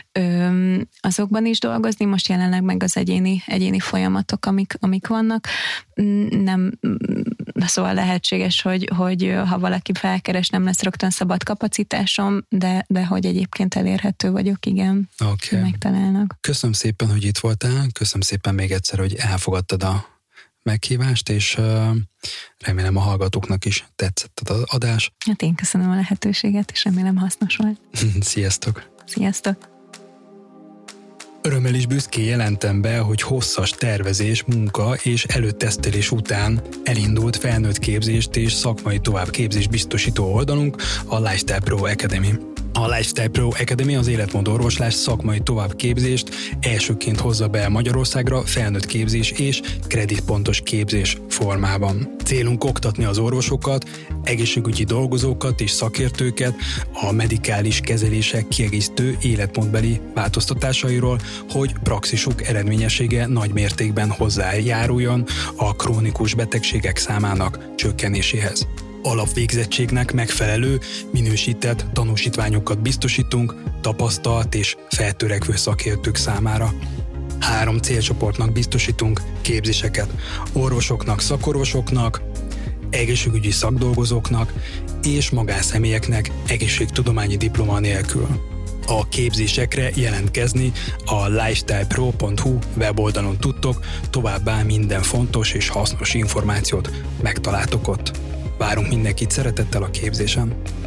azokban is dolgozni. Most jelenleg meg az egyéni folyamatok, amik vannak. Nem, szóval lehetséges, hogy ha valaki felkeres, nem lesz rögtön szabad kapacitásom, de hogy egyébként elérhető vagyok, igen. Okay. Megtalálnak. Köszönöm szépen, hogy itt voltál, köszönöm szépen még egyszer, hogy elfogadtad a meghívást, és remélem a hallgatóknak is tetszett az adás. Hát én köszönöm a lehetőséget, és remélem hasznos volt. Sziasztok! Sziasztok! Örömmel is büszkén jelentem be, hogy hosszas tervezés, munka és előtesztelés után elindult felnőtt képzést és szakmai továbbképzés biztosító oldalunk, a Lifestyle Pro Academy. A Lifestyle Pro Academy az életmódorvoslás szakmai továbbképzést elsőként hozza be Magyarországra felnőtt képzés és kreditpontos képzés formában. Célunk oktatni az orvosokat, egészségügyi dolgozókat és szakértőket a medikális kezelések kiegészítő életmódbeli változtatásairól, hogy praxisuk eredményessége nagy mértékben hozzájáruljon a krónikus betegségek számának csökkenéséhez. Alapvégzettségnek megfelelő, minősített tanúsítványokat biztosítunk tapasztalt és feltörekvő szakértők számára. 3 célcsoportnak biztosítunk képzéseket: orvosoknak, szakorvosoknak, egészségügyi szakdolgozóknak és magánszemélyeknek egészségtudományi diploma nélkül. A képzésekre jelentkezni a lifestylepro.hu weboldalon tudtok, továbbá minden fontos és hasznos információt megtaláltok ott. Várunk mindenkit szeretettel a képzésen!